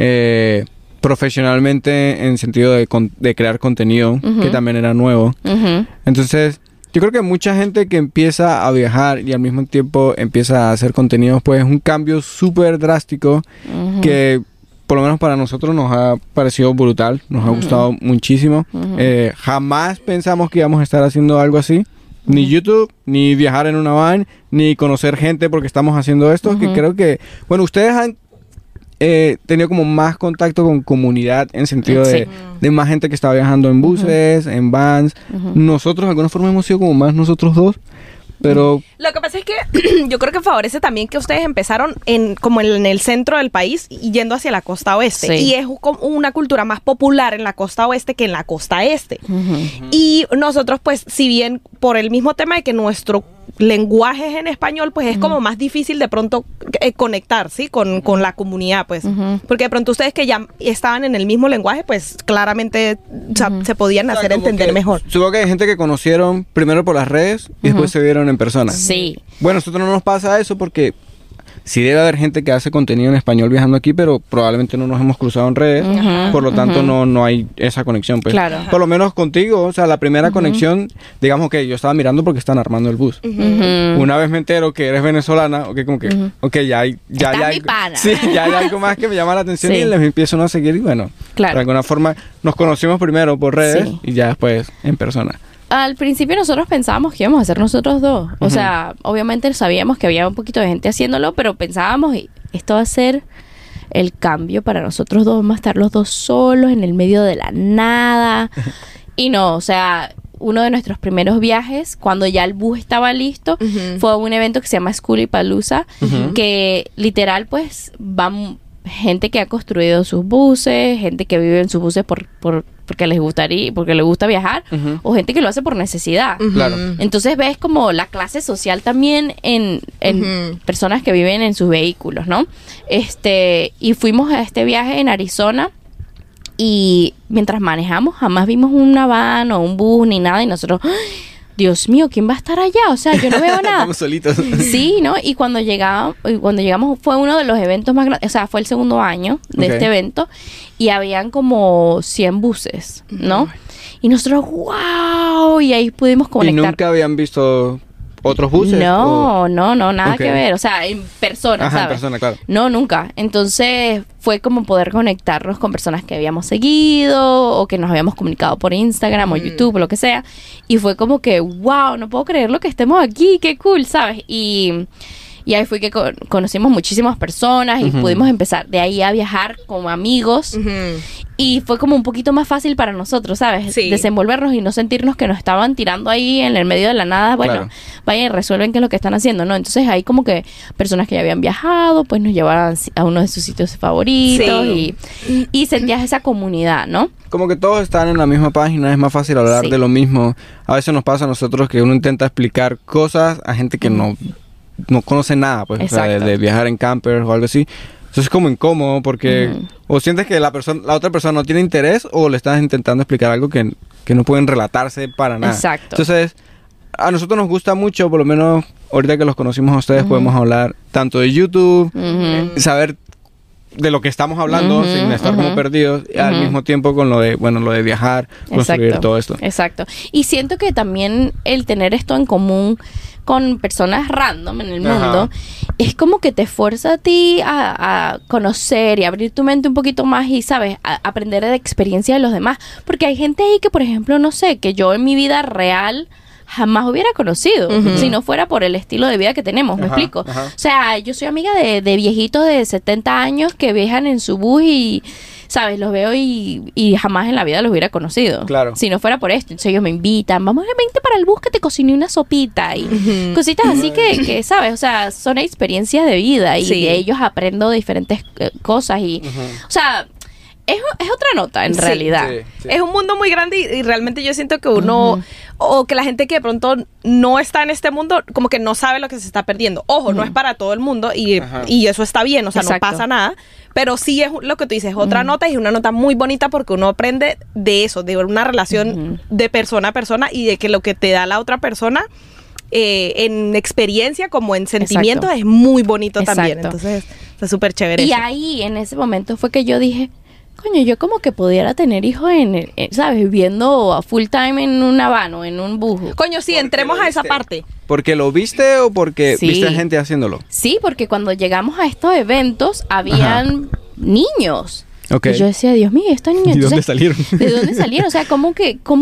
profesionalmente, en sentido de crear contenido, que también era nuevo. Entonces, yo creo que mucha gente que empieza a viajar y al mismo tiempo empieza a hacer contenidos, pues es un cambio súper drástico que por lo menos para nosotros nos ha parecido brutal, nos ha gustado muchísimo. Jamás pensamos que íbamos a estar haciendo algo así. Ni YouTube, ni viajar en una van, ni conocer gente porque estamos haciendo esto. Que creo que, bueno, ustedes tenido como más contacto con comunidad en sentido de más gente que estaba viajando en buses, en vans. Nosotros de alguna forma hemos sido como más nosotros dos, pero... Lo que pasa es que yo creo que favorece también que ustedes empezaron como en el centro del país y yendo hacia la costa oeste. Sí. Y es como una cultura más popular en la costa oeste que en la costa este. Y nosotros, pues, si bien por el mismo tema de que nuestro lenguaje es en español, pues es como más difícil de pronto conectar, ¿sí? Con la comunidad, pues. Porque de pronto ustedes que ya estaban en el mismo lenguaje, pues claramente o sea, se podían hacer entender mejor. Supongo que hay gente que conocieron primero por las redes y después se vieron en persona. Sí. Bueno, a nosotros no nos pasa eso porque sí debe haber gente que hace contenido en español viajando aquí, pero probablemente no nos hemos cruzado en redes, por lo tanto no hay esa conexión, pues. Claro. Por lo menos contigo, o sea, la primera conexión, digamos que yo estaba mirando porque están armando el bus. Una vez me entero que eres venezolana, como que ya hay mi pana. Sí, ya hay algo más que me llama la atención y les empiezo a seguir y bueno, de alguna forma nos conocimos primero por redes y ya después en persona. Al principio nosotros pensábamos que íbamos a ser nosotros dos. O sea, obviamente sabíamos que había un poquito de gente haciéndolo, pero pensábamos, esto va a ser el cambio para nosotros dos. Vamos a estar los dos solos en el medio de la nada. Y no, o sea, uno de nuestros primeros viajes, cuando ya el bus estaba listo, fue un evento que se llama Schoolipalooza, que literal, pues, van gente que ha construido sus buses, gente que vive en sus buses porque les gusta viajar, o gente que lo hace por necesidad. Claro. Entonces ves como la clase social también en personas que viven en sus vehículos, ¿no? Y fuimos a este viaje en Arizona y mientras manejamos jamás vimos una van o un bus ni nada y nosotros... Dios mío, ¿quién va a estar allá? O sea, yo no veo nada. Estamos solitos. Sí, ¿no? Y cuando llegamos fue uno de los eventos más grandes, o sea, fue el segundo año de este evento y habían como 100 buses, ¿no? Y nosotros, ¡wow! Y ahí pudimos conectar. ¿Y nunca habían visto otros buses? No, nada que ver. O sea, en persona, ¿sabes? En persona, claro. No, nunca. Entonces fue como poder conectarnos con personas que habíamos seguido o que nos habíamos comunicado por Instagram o YouTube o lo que sea. Y fue como que, wow, no puedo creer lo que estemos aquí, qué cool, ¿sabes? Y ahí fue que conocimos muchísimas personas y pudimos empezar de ahí a viajar como amigos. Y fue como un poquito más fácil para nosotros, ¿sabes? Sí. Desenvolvernos y no sentirnos que nos estaban tirando ahí en el medio de la nada. Bueno, vayan y resuelven qué es lo que están haciendo, ¿no? Entonces ahí como que personas que ya habían viajado, pues nos llevaban a uno de sus sitios favoritos y sentías esa comunidad, ¿no? Como que todos están en la misma página, es más fácil hablar de lo mismo. A veces nos pasa a nosotros que uno intenta explicar cosas a gente que no conoce nada, pues, o sea, de viajar en camper o algo así. Eso es como incómodo porque o sientes que la otra persona no tiene interés o le estás intentando explicar algo que no pueden relatarse para nada. Exacto. Entonces, a nosotros nos gusta mucho, por lo menos ahorita que los conocimos a ustedes, podemos hablar tanto de YouTube, saber de lo que estamos hablando sin estar como perdidos, al mismo tiempo con lo de viajar, construir todo esto. Exacto. Y siento que también el tener esto en común con personas random en el mundo, es como que te fuerza a ti a conocer y abrir tu mente un poquito más y, ¿sabes? A aprender de la experiencia de los demás. Porque hay gente ahí que, por ejemplo, no sé, que yo en mi vida real jamás hubiera conocido si no fuera por el estilo de vida que tenemos, ¿me explico? O sea, yo soy amiga de viejitos de 70 años que viajan en su bus y, ¿sabes? Los veo y jamás en la vida los hubiera conocido. Claro. Si no fuera por esto. Entonces ellos me invitan, vamos a vente para el bus que te cociné una sopita y cositas así que, ¿sabes? O sea, son experiencias de vida y de ellos aprendo diferentes cosas y, o sea... Es otra nota, en realidad. Sí. Es un mundo muy grande y realmente yo siento que uno, o que la gente que de pronto no está en este mundo, como que no sabe lo que se está perdiendo. Ojo, no es para todo el mundo y eso está bien, o sea, no pasa nada. Pero sí es lo que tú dices, otra nota y una nota muy bonita porque uno aprende de eso, de una relación de persona a persona y de que lo que te da la otra persona... en experiencia como en sentimientos es muy bonito también. Entonces, está súper chévere. Y ahí, en ese momento, fue que yo dije... Coño, yo como que pudiera tener hijos ¿sabes? Viviendo a full time en una van o en un bus. Coño, sí, entremos a esa parte. ¿Porque lo viste o porque viste gente haciéndolo? Sí, porque cuando llegamos a estos eventos habían niños. Okay. Y yo decía, Dios mío, estos niños... ¿De dónde salieron? ¿De dónde salieron? O sea, ¿cómo?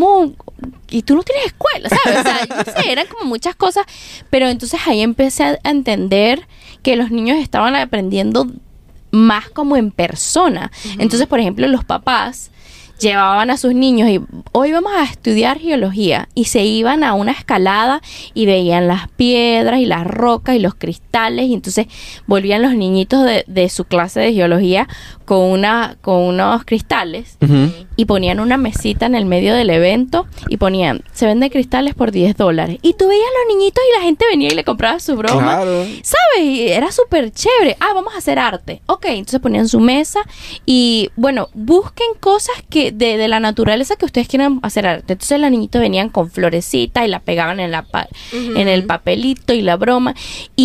Y tú no tienes escuela, ¿sabes? O sea, yo sé, eran como muchas cosas. Pero entonces ahí empecé a entender que los niños estaban aprendiendo más como en persona. Entonces, por ejemplo, los papás llevaban a sus niños y hoy vamos a estudiar geología y se iban a una escalada y veían las piedras y las rocas y los cristales y entonces volvían los niñitos de su clase de geología con unos cristales y ponían una mesita en el medio del evento y ponían, se vende cristales por $10 y tú veías a los niñitos y la gente venía y le compraba su broma, Claro. ¿sabes? Y era súper chévere. Vamos a hacer arte. Ok, entonces ponían su mesa y bueno, busquen cosas que de la naturaleza que ustedes quieran hacer arte. Entonces los niñitos venían con florecita y la pegaban en el papelito y la broma.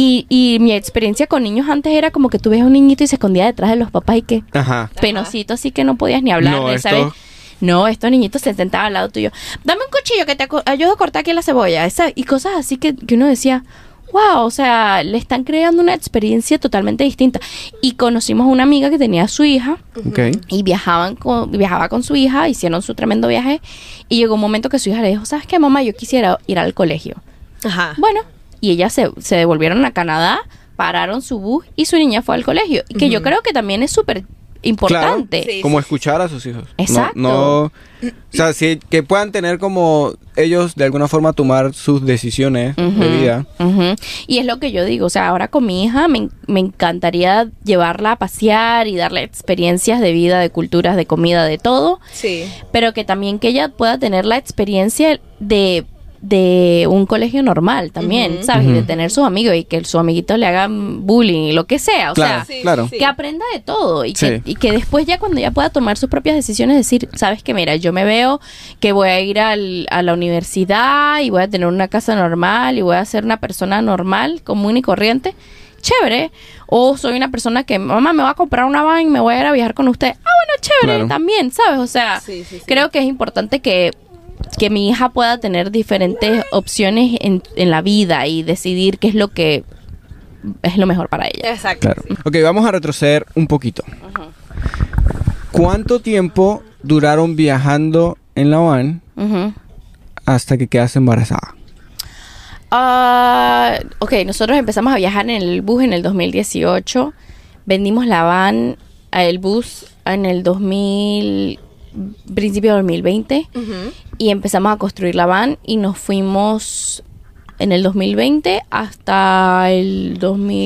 Y mi experiencia con niños antes era como que tú ves a un niñito y se escondía detrás de los papás y que penosito, así que no podías ni hablar, No, ¿sabes? No, estos niñitos se sentaban al lado tuyo. Dame un cuchillo que te ayudo a cortar aquí la cebolla. Y cosas así que uno decía, wow, o sea, le están creando una experiencia totalmente distinta. Y conocimos a una amiga que tenía a su hija y viajaba con su hija, hicieron su tremendo viaje y llegó un momento que su hija le dijo, ¿sabes qué, mamá? Yo quisiera ir al colegio. Bueno, y ellas se devolvieron a Canadá, pararon su bus y su niña fue al colegio. Y que yo creo que también es súper importante. Claro, como escuchar a sus hijos. Exacto. O sea, sí, que puedan tener como ellos de alguna forma tomar sus decisiones de vida. Y es lo que yo digo, o sea, ahora con mi hija me encantaría llevarla a pasear y darle experiencias de vida, de culturas, de comida, de todo. Sí. Pero que también que ella pueda tener la experiencia de un colegio normal también, ¿sabes? Y de tener sus amigos y que sus amiguitos le hagan bullying, lo que sea, o sea, que aprenda de todo y que después ya cuando ya pueda tomar sus propias decisiones decir, sabes que mira, yo me veo que voy a ir a la universidad y voy a tener una casa normal y voy a ser una persona normal, común y corriente, chévere. O soy una persona que, mamá, me va a comprar una van y me voy a ir a viajar con usted. Bueno, chévere, también, ¿sabes? O sea, creo que es importante que mi hija pueda tener diferentes opciones en la vida y decidir qué es lo que es lo mejor para ella. Exacto. Claro. Ok, vamos a retroceder un poquito. ¿Cuánto tiempo duraron viajando en la van hasta que quedaste embarazada? Ok, nosotros empezamos a viajar en el bus en el 2018. Vendimos la van, el bus en el principio de 2020 y empezamos a construir la van y nos fuimos en el 2020 hasta el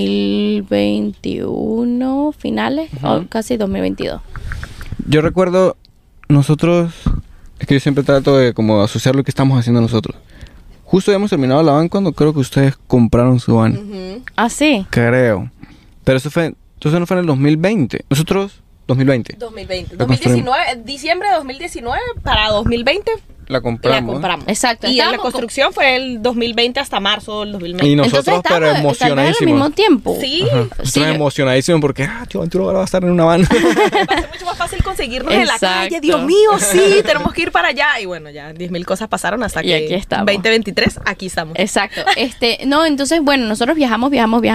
2021 finales o casi 2022. Yo recuerdo nosotros, es que yo siempre trato de como asociar lo que estamos haciendo nosotros. Justo habíamos terminado la van cuando creo que ustedes compraron su van. ¿Ah, sí? Creo. Pero eso no fue en el 2020. Nosotros 2020. 2019, diciembre de 2019 para 2020 la compramos. Exacto. Y la construcción fue el 2020 hasta marzo del 2020. Y nosotros pero emocionadísimos. Al mismo tiempo. Sí. Nosotros emocionadísimos porque tío Ventura ahora va a estar en una van. Va a ser mucho más fácil conseguirnos en la calle. Dios mío, sí, tenemos que ir para allá. Y bueno, ya 10,000 cosas pasaron hasta que aquí estamos. 2023, aquí estamos. Exacto. No, entonces, bueno, nosotros viajamos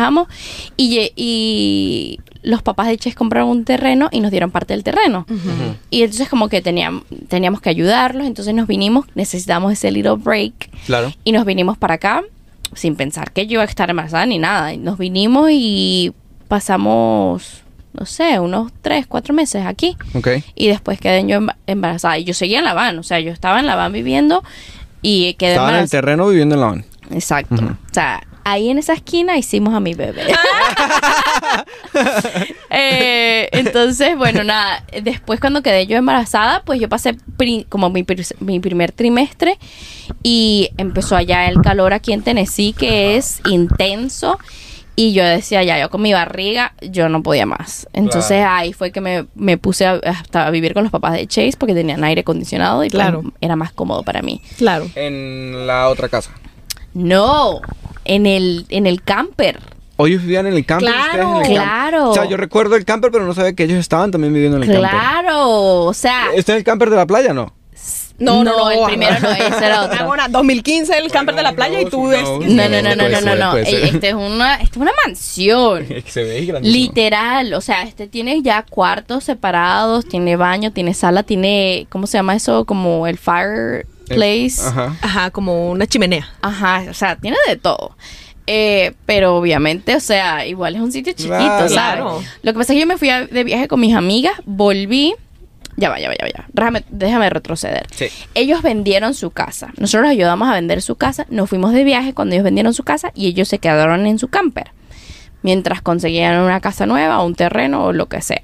y los papás de Chase compraron un terreno y nos dieron parte del terreno. Y entonces como que teníamos que ayudarlos, entonces nos vinimos, necesitamos ese little break. Claro. Y nos vinimos para acá sin pensar que yo iba a estar embarazada ni nada. Y nos vinimos y pasamos, no sé, unos 3-4 meses aquí. Okay. Y después quedé yo embarazada. Y yo seguía en la van, o sea, yo estaba en la van viviendo y quedé Estaba en el terreno viviendo en la van. Exacto. O sea, ahí en esa esquina hicimos a mi bebé. Entonces, bueno, nada. Después cuando quedé yo embarazada, pues yo pasé como mi primer trimestre y empezó allá el calor aquí en Tennessee, que es intenso. Y yo decía, yo con mi barriga, yo no podía más. Entonces ahí fue que me puse hasta a vivir con los papás de Chase porque tenían aire acondicionado y pues, era más cómodo para mí. Claro. En la otra casa. No, en el camper. ¿O ellos vivían en el camper? Claro, ¿ustedes en el claro. O sea, yo recuerdo el camper, pero no sabía que ellos estaban también viviendo en el camper. Claro, o sea... ¿Está en el camper de la playa, no? No, el primero no, ese era otro. Ahora, 2015 el camper de la playa y tú ves... No. Esta es una mansión. Se ve grandísimo. Literal, o sea, tiene ya cuartos separados, tiene baño, tiene sala, tiene... ¿Cómo se llama eso? Como el fireplace. Ajá, como una chimenea. Ajá, o sea, tiene de todo. Pero obviamente, o sea, igual es un sitio chiquito, Claro. ¿sabes? Claro. Lo que pasa es que yo me fui de viaje con mis amigas, volví. Ya va. Déjame retroceder. Sí. Ellos vendieron su casa. Nosotros los ayudamos a vender su casa. Nos fuimos de viaje cuando ellos vendieron su casa y ellos se quedaron en su camper. Mientras conseguían una casa nueva o un terreno o lo que sea.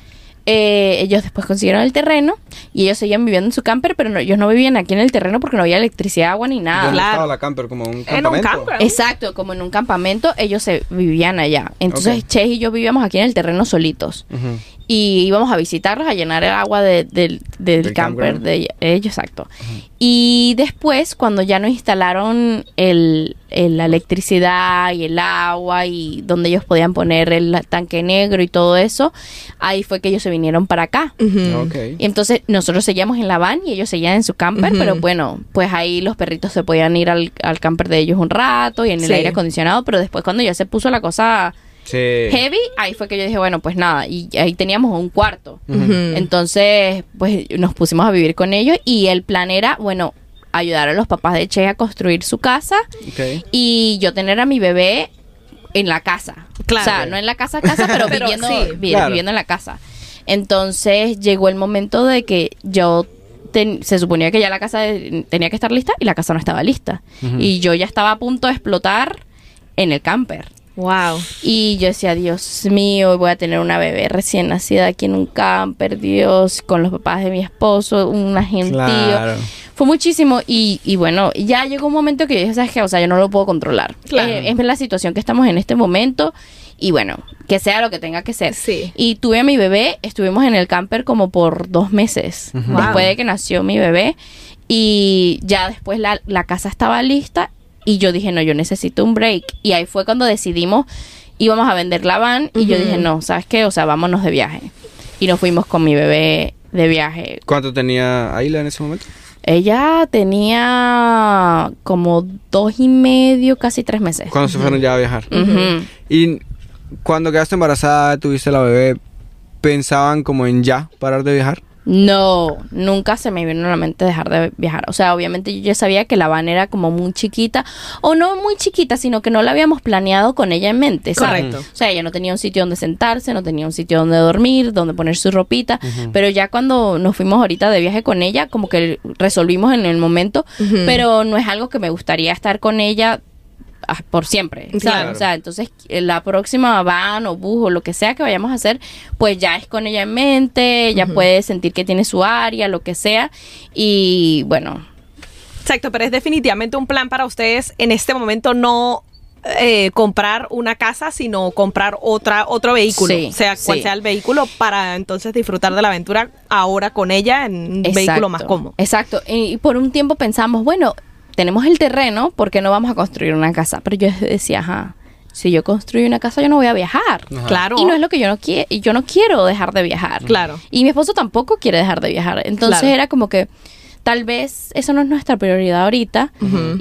Ellos después consiguieron el terreno y ellos seguían viviendo en su camper, pero ellos no vivían aquí en el terreno porque no había electricidad, agua ni nada. ¿Dónde Claro. estaba la camper? Como un En un campamento. camper. Exacto, como en un campamento, ellos se vivían allá. Entonces, Ok. Che y yo vivíamos aquí en el terreno solitos. Ujú. Y íbamos a visitarlos, a llenar el agua del camper campground. de ellos, exacto. Y después, cuando ya nos instalaron la electricidad y el agua y donde ellos podían poner el tanque negro y todo eso, ahí fue que ellos se vinieron para acá. Ujú. Ok. Y entonces nosotros seguíamos en la van y ellos seguían en su camper, Ujú. pero bueno, pues ahí los perritos se podían ir al camper de ellos un rato y en el Sí. aire acondicionado, pero después cuando ya se puso la cosa Sí. heavy, ahí fue que yo dije, bueno, pues nada, y ahí teníamos un cuarto. Ujú. Entonces, pues nos pusimos a vivir con ellos y el plan era, bueno, ayudar a los papás de Che a construir su casa Ok. y yo tener a mi bebé en la casa. Claro. O sea, no en la casa, pero, Pero viviendo, sí, claro. viviendo en la casa. Entonces llegó el momento de que yo se suponía que ya la casa tenía que estar lista y la casa no estaba lista. Ujú. Y yo ya estaba a punto de explotar en el camper. Wow. Y yo decía, Dios mío, voy a tener una bebé recién nacida aquí en un camper, Dios, con los papás de mi esposo, un gentío. Claro. Fue muchísimo y bueno, ya llegó un momento que yo dije, ¿sabes qué? O sea, yo no lo puedo controlar. Claro. Es la situación que estamos en este momento y bueno, que sea lo que tenga que ser. Sí. Y tuve a mi bebé, estuvimos en el camper como por 2 meses, Ujú. después Wow. de que nació mi bebé y ya después la casa estaba lista y yo dije, no, yo necesito un break. Y ahí fue cuando decidimos, íbamos a vender la van y yo Ujú. dije, no, ¿sabes qué? O sea, vámonos de viaje. Y nos fuimos con mi bebé de viaje. ¿Cuánto tenía Ayla en ese momento? Ella tenía como 2 y medio, casi 3 meses. Cuando se fueron ya a viajar. Ujú. Y cuando quedaste embarazada, tuviste la bebé, ¿pensaban como en ya parar de viajar? No, nunca se me vino a la mente dejar de viajar. O sea, obviamente yo ya sabía que la van era como muy chiquita, o no muy chiquita, sino que no la habíamos planeado con ella en mente, ¿sabes? Correcto. O sea, ella no tenía un sitio donde sentarse, no tenía un sitio donde dormir, donde poner su ropita, pero ya cuando nos fuimos ahorita de viaje con ella, como que resolvimos en el momento, Ujú. pero no es algo que me gustaría estar con ella por siempre, ¿sabes? Claro. O sea, entonces la próxima van o bus o lo que sea que vayamos a hacer, pues ya es con ella en mente, ella puede sentir que tiene su área, lo que sea, y bueno, Exacto, pero es definitivamente un plan para ustedes en este momento no comprar una casa, sino comprar otro vehículo, Sí, sea cual sí. sea el vehículo, para entonces disfrutar de la aventura ahora con ella en un vehículo más cómodo. Exacto, y por un tiempo pensamos, bueno, tenemos el terreno, ¿por qué no vamos a construir una casa? Pero yo decía, ajá, si yo construyo una casa yo no voy a viajar. Ajá. Claro. Y no es lo que yo no quiero, y yo no quiero dejar de viajar. Claro. Y mi esposo tampoco quiere dejar de viajar. Entonces Claro. era como que tal vez eso no es nuestra prioridad ahorita.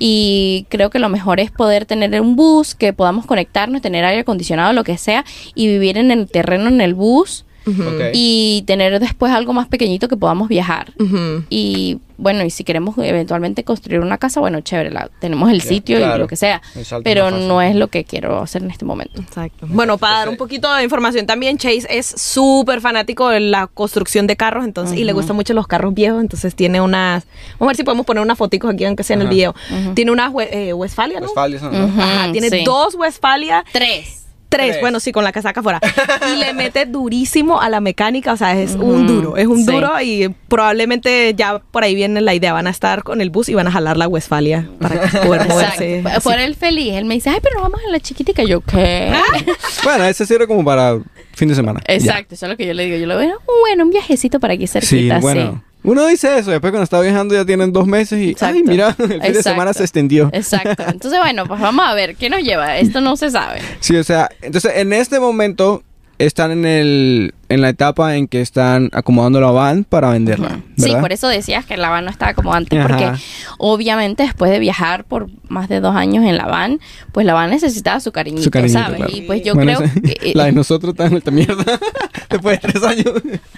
Y creo que lo mejor es poder tener un bus, que podamos conectarnos, tener aire acondicionado, lo que sea, y vivir en el terreno, en el bus, Ok. y tener después algo más pequeñito que podamos viajar. Ujú. Y bueno, y si queremos eventualmente construir una casa, bueno, chévere, tenemos el Ya, sitio y claro. lo que sea. El salto Pero más fácil. no es lo que quiero hacer en este momento. Exacto. Bueno, para dar un poquito de información también, Chase es súper fanático de la construcción de carros, entonces, y le gustan mucho los carros viejos, entonces tiene unas, vamos a ver si podemos poner unas fotos aquí, aunque sea en el Ajá. video. Tiene unas Westfalia, ¿no? Westfalia, ¿no? Ujú. Ajá, tiene sí. 2 Westfalia. 3. Tres, bueno, sí, con la casaca afuera. Y le mete durísimo a la mecánica, o sea, es un duro, es un Sí. duro y probablemente ya por ahí viene la idea, van a estar con el bus y van a jalar la Westfalia para poder moverse. Exacto. Por él feliz. Él me dice, ay, pero nos vamos en la chiquitica. Yo, ¿qué? Bueno, ese sirve como para fin de semana. Exacto, eso es lo que yo le digo. Yo le digo, bueno, un viajecito para aquí Ya. Sí, cerquita, bueno. Uno dice eso, después cuando está viajando ya tienen 2 meses y, Exacto. ay, mira, el fin de Exacto. semana se extendió. Exacto. Entonces, bueno, pues vamos a ver, ¿qué nos lleva? Esto no se sabe. Sí, o sea, entonces en este momento están en la etapa en que están acomodando la van para venderla, Sí, ¿verdad? por eso decías que la van no estaba como antes, Ajá. porque obviamente después de viajar por más de 2 años en la van, pues la van necesitaba su cariñito, Su cariñito, ¿sabes? claro. Y pues yo Bueno, creo ese- que... la de nosotros está en esta mierda después de 3 años.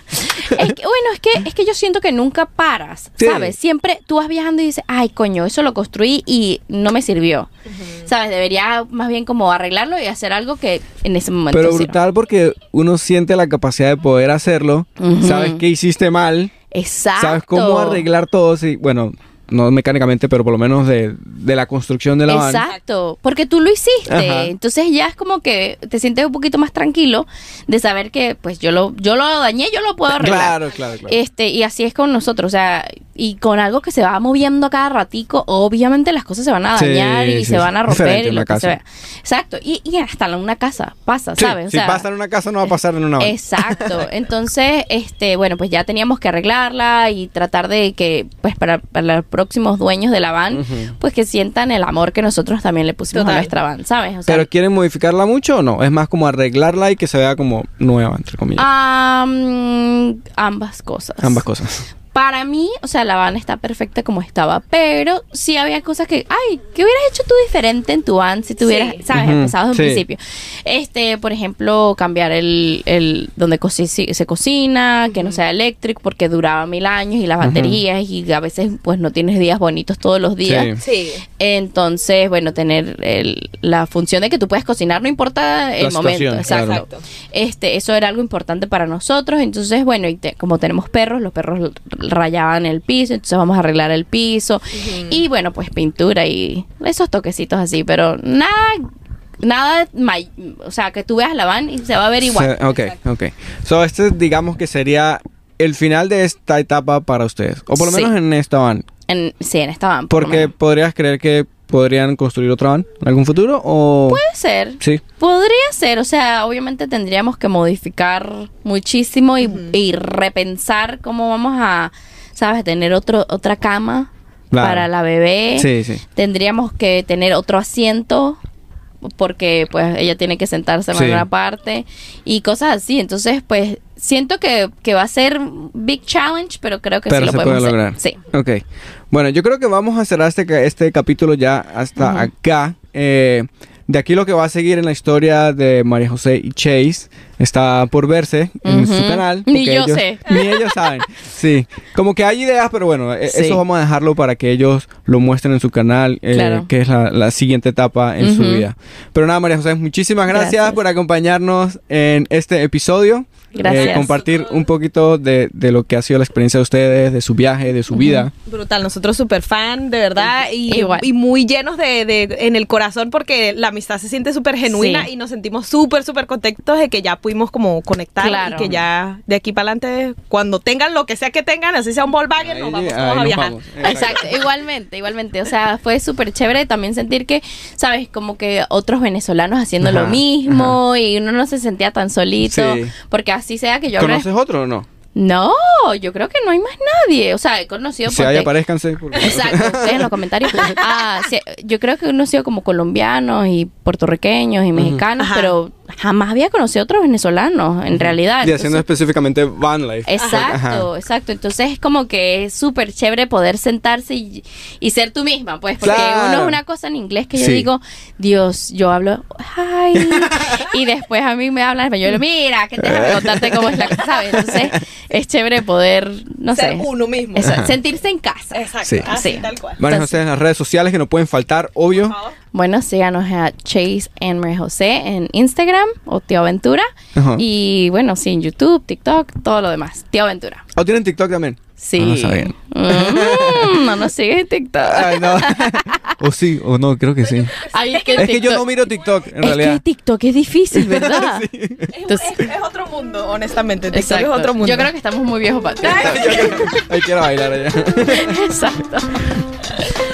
Es que yo siento que nunca paras, ¿sabes? Siempre tú vas viajando y dices, ay, coño, eso lo construí y no me sirvió. ¿Sabes? Debería más bien como arreglarlo y hacer algo que en ese momento Pero brutal porque uno siente la capacidad de poder hacerlo, sabes que hiciste mal. Exacto. Sabes cómo arreglar todo, sí, bueno, no mecánicamente, pero por lo menos de la construcción de la van. Exacto, porque tú lo hiciste. Ajá. Entonces ya es como que te sientes un poquito más tranquilo de saber que pues yo lo dañé, yo lo puedo arreglar. Claro. Y así es con nosotros, o sea, y con algo que se va moviendo a cada ratico, obviamente las cosas se van a dañar y se van a romper y lo que se vea. Exacto, y hasta en una casa pasa, ¿sabes? O sea, si pasa en una casa no va a pasar en una van. Exacto. Entonces, bueno, pues ya teníamos que arreglarla y tratar de que pues para los próximos dueños de la van, pues que sientan el amor que nosotros también le pusimos a nuestra van, ¿sabes? O sea, ¿pero quieren modificarla mucho o no? Es más como arreglarla y que se vea como nueva, entre comillas. Ambas cosas. Para mí, o sea, la van está perfecta como estaba, pero sí había cosas que, ¿qué hubieras hecho tú diferente en tu van si tuvieras, sabes, empezado desde un principio? Por ejemplo, cambiar el donde se cocina, que no sea eléctrico, porque duraba 1000 años y las baterías y a veces pues no tienes días bonitos todos los días. Sí. Entonces, bueno, tener la función de que tú puedes cocinar, no importa el momento. Exacto. Claro. Eso era algo importante para nosotros. Entonces, bueno, y como tenemos perros, los perros rayaban el piso, entonces vamos a arreglar el piso y bueno, pues pintura y esos toquecitos así, pero nada, o sea, que tú veas la van y se va a ver igual. Ok. So, digamos que sería el final de esta etapa para ustedes, o por lo menos en esta van. Sí, en esta van. Porque podrías creer que podrían construir otra van en algún futuro, o... Puede ser. Sí. Podría ser, o sea, obviamente tendríamos que modificar muchísimo y repensar cómo vamos a, ¿sabes? Tener otra cama para la bebé. Sí. Tendríamos que tener otro asiento porque pues ella tiene que sentarse en una parte y cosas así. Entonces, pues siento que va a ser big challenge, pero creo que sí lo podemos lograr. Sí. Ok. Bueno, yo creo que vamos a cerrar este capítulo ya hasta acá. De aquí lo que va a seguir en la historia de María José y Chase está por verse en su canal. Ni yo sé. Ni ellos saben. Sí. Como que hay ideas, pero bueno, eso vamos a dejarlo para que ellos lo muestren en su canal, que es la siguiente etapa en su vida. Pero nada, María José, muchísimas gracias por acompañarnos en este episodio. Gracias. Compartir un poquito de lo que ha sido la experiencia de ustedes, de su viaje, de su vida. Brutal, nosotros súper fan, de verdad, y muy llenos en el corazón porque la amistad se siente súper genuina y nos sentimos súper contentos de que ya pudimos como conectar y que ya de aquí para adelante, cuando tengan lo que sea que tengan, así sea un Volkswagen, nos vamos todos a viajar. Exacto, igualmente, o sea, fue súper chévere también sentir que, sabes, como que otros venezolanos haciendo lo mismo y uno no se sentía tan solito, porque así sea que yo... ¿Conoces otro o no? No, yo creo que no hay más nadie. O sea, he conocido... Si hay, aparézcanse. Exacto, ustedes en los comentarios. Sí, yo creo que he conocido como colombianos y puertorriqueños y mexicanos, pero jamás había conocido otros venezolanos, en realidad. Y haciendo específicamente van life. Exacto. Entonces es como que es súper chévere poder sentarse y ser tú misma, pues. Porque uno es una cosa en inglés que yo digo, Dios, yo hablo, hi. Y después a mí me hablan español, mira, que déjame contarte cómo es la cosa, ¿sabes? Entonces es chévere poder, no ser uno mismo. Sentirse en casa. Exacto. Así, tal cual. María José, en las redes sociales que no pueden faltar, obvio. Por favor. Bueno, síganos a Chase and María José en Instagram o Tío Aventura. Y bueno, sí, en YouTube, TikTok, todo lo demás. Tío Aventura. ¿O tienen TikTok también? Sí. No sabían. No nos sigues en TikTok. Ay, no. O sí, o no, creo que sí. Ay, es que yo no miro TikTok, en realidad. Es que TikTok es difícil, ¿verdad? Entonces, es otro mundo, honestamente. TikTok es otro mundo. Yo creo que estamos muy viejos para TikTok. Ahí quiero bailar allá. Exacto.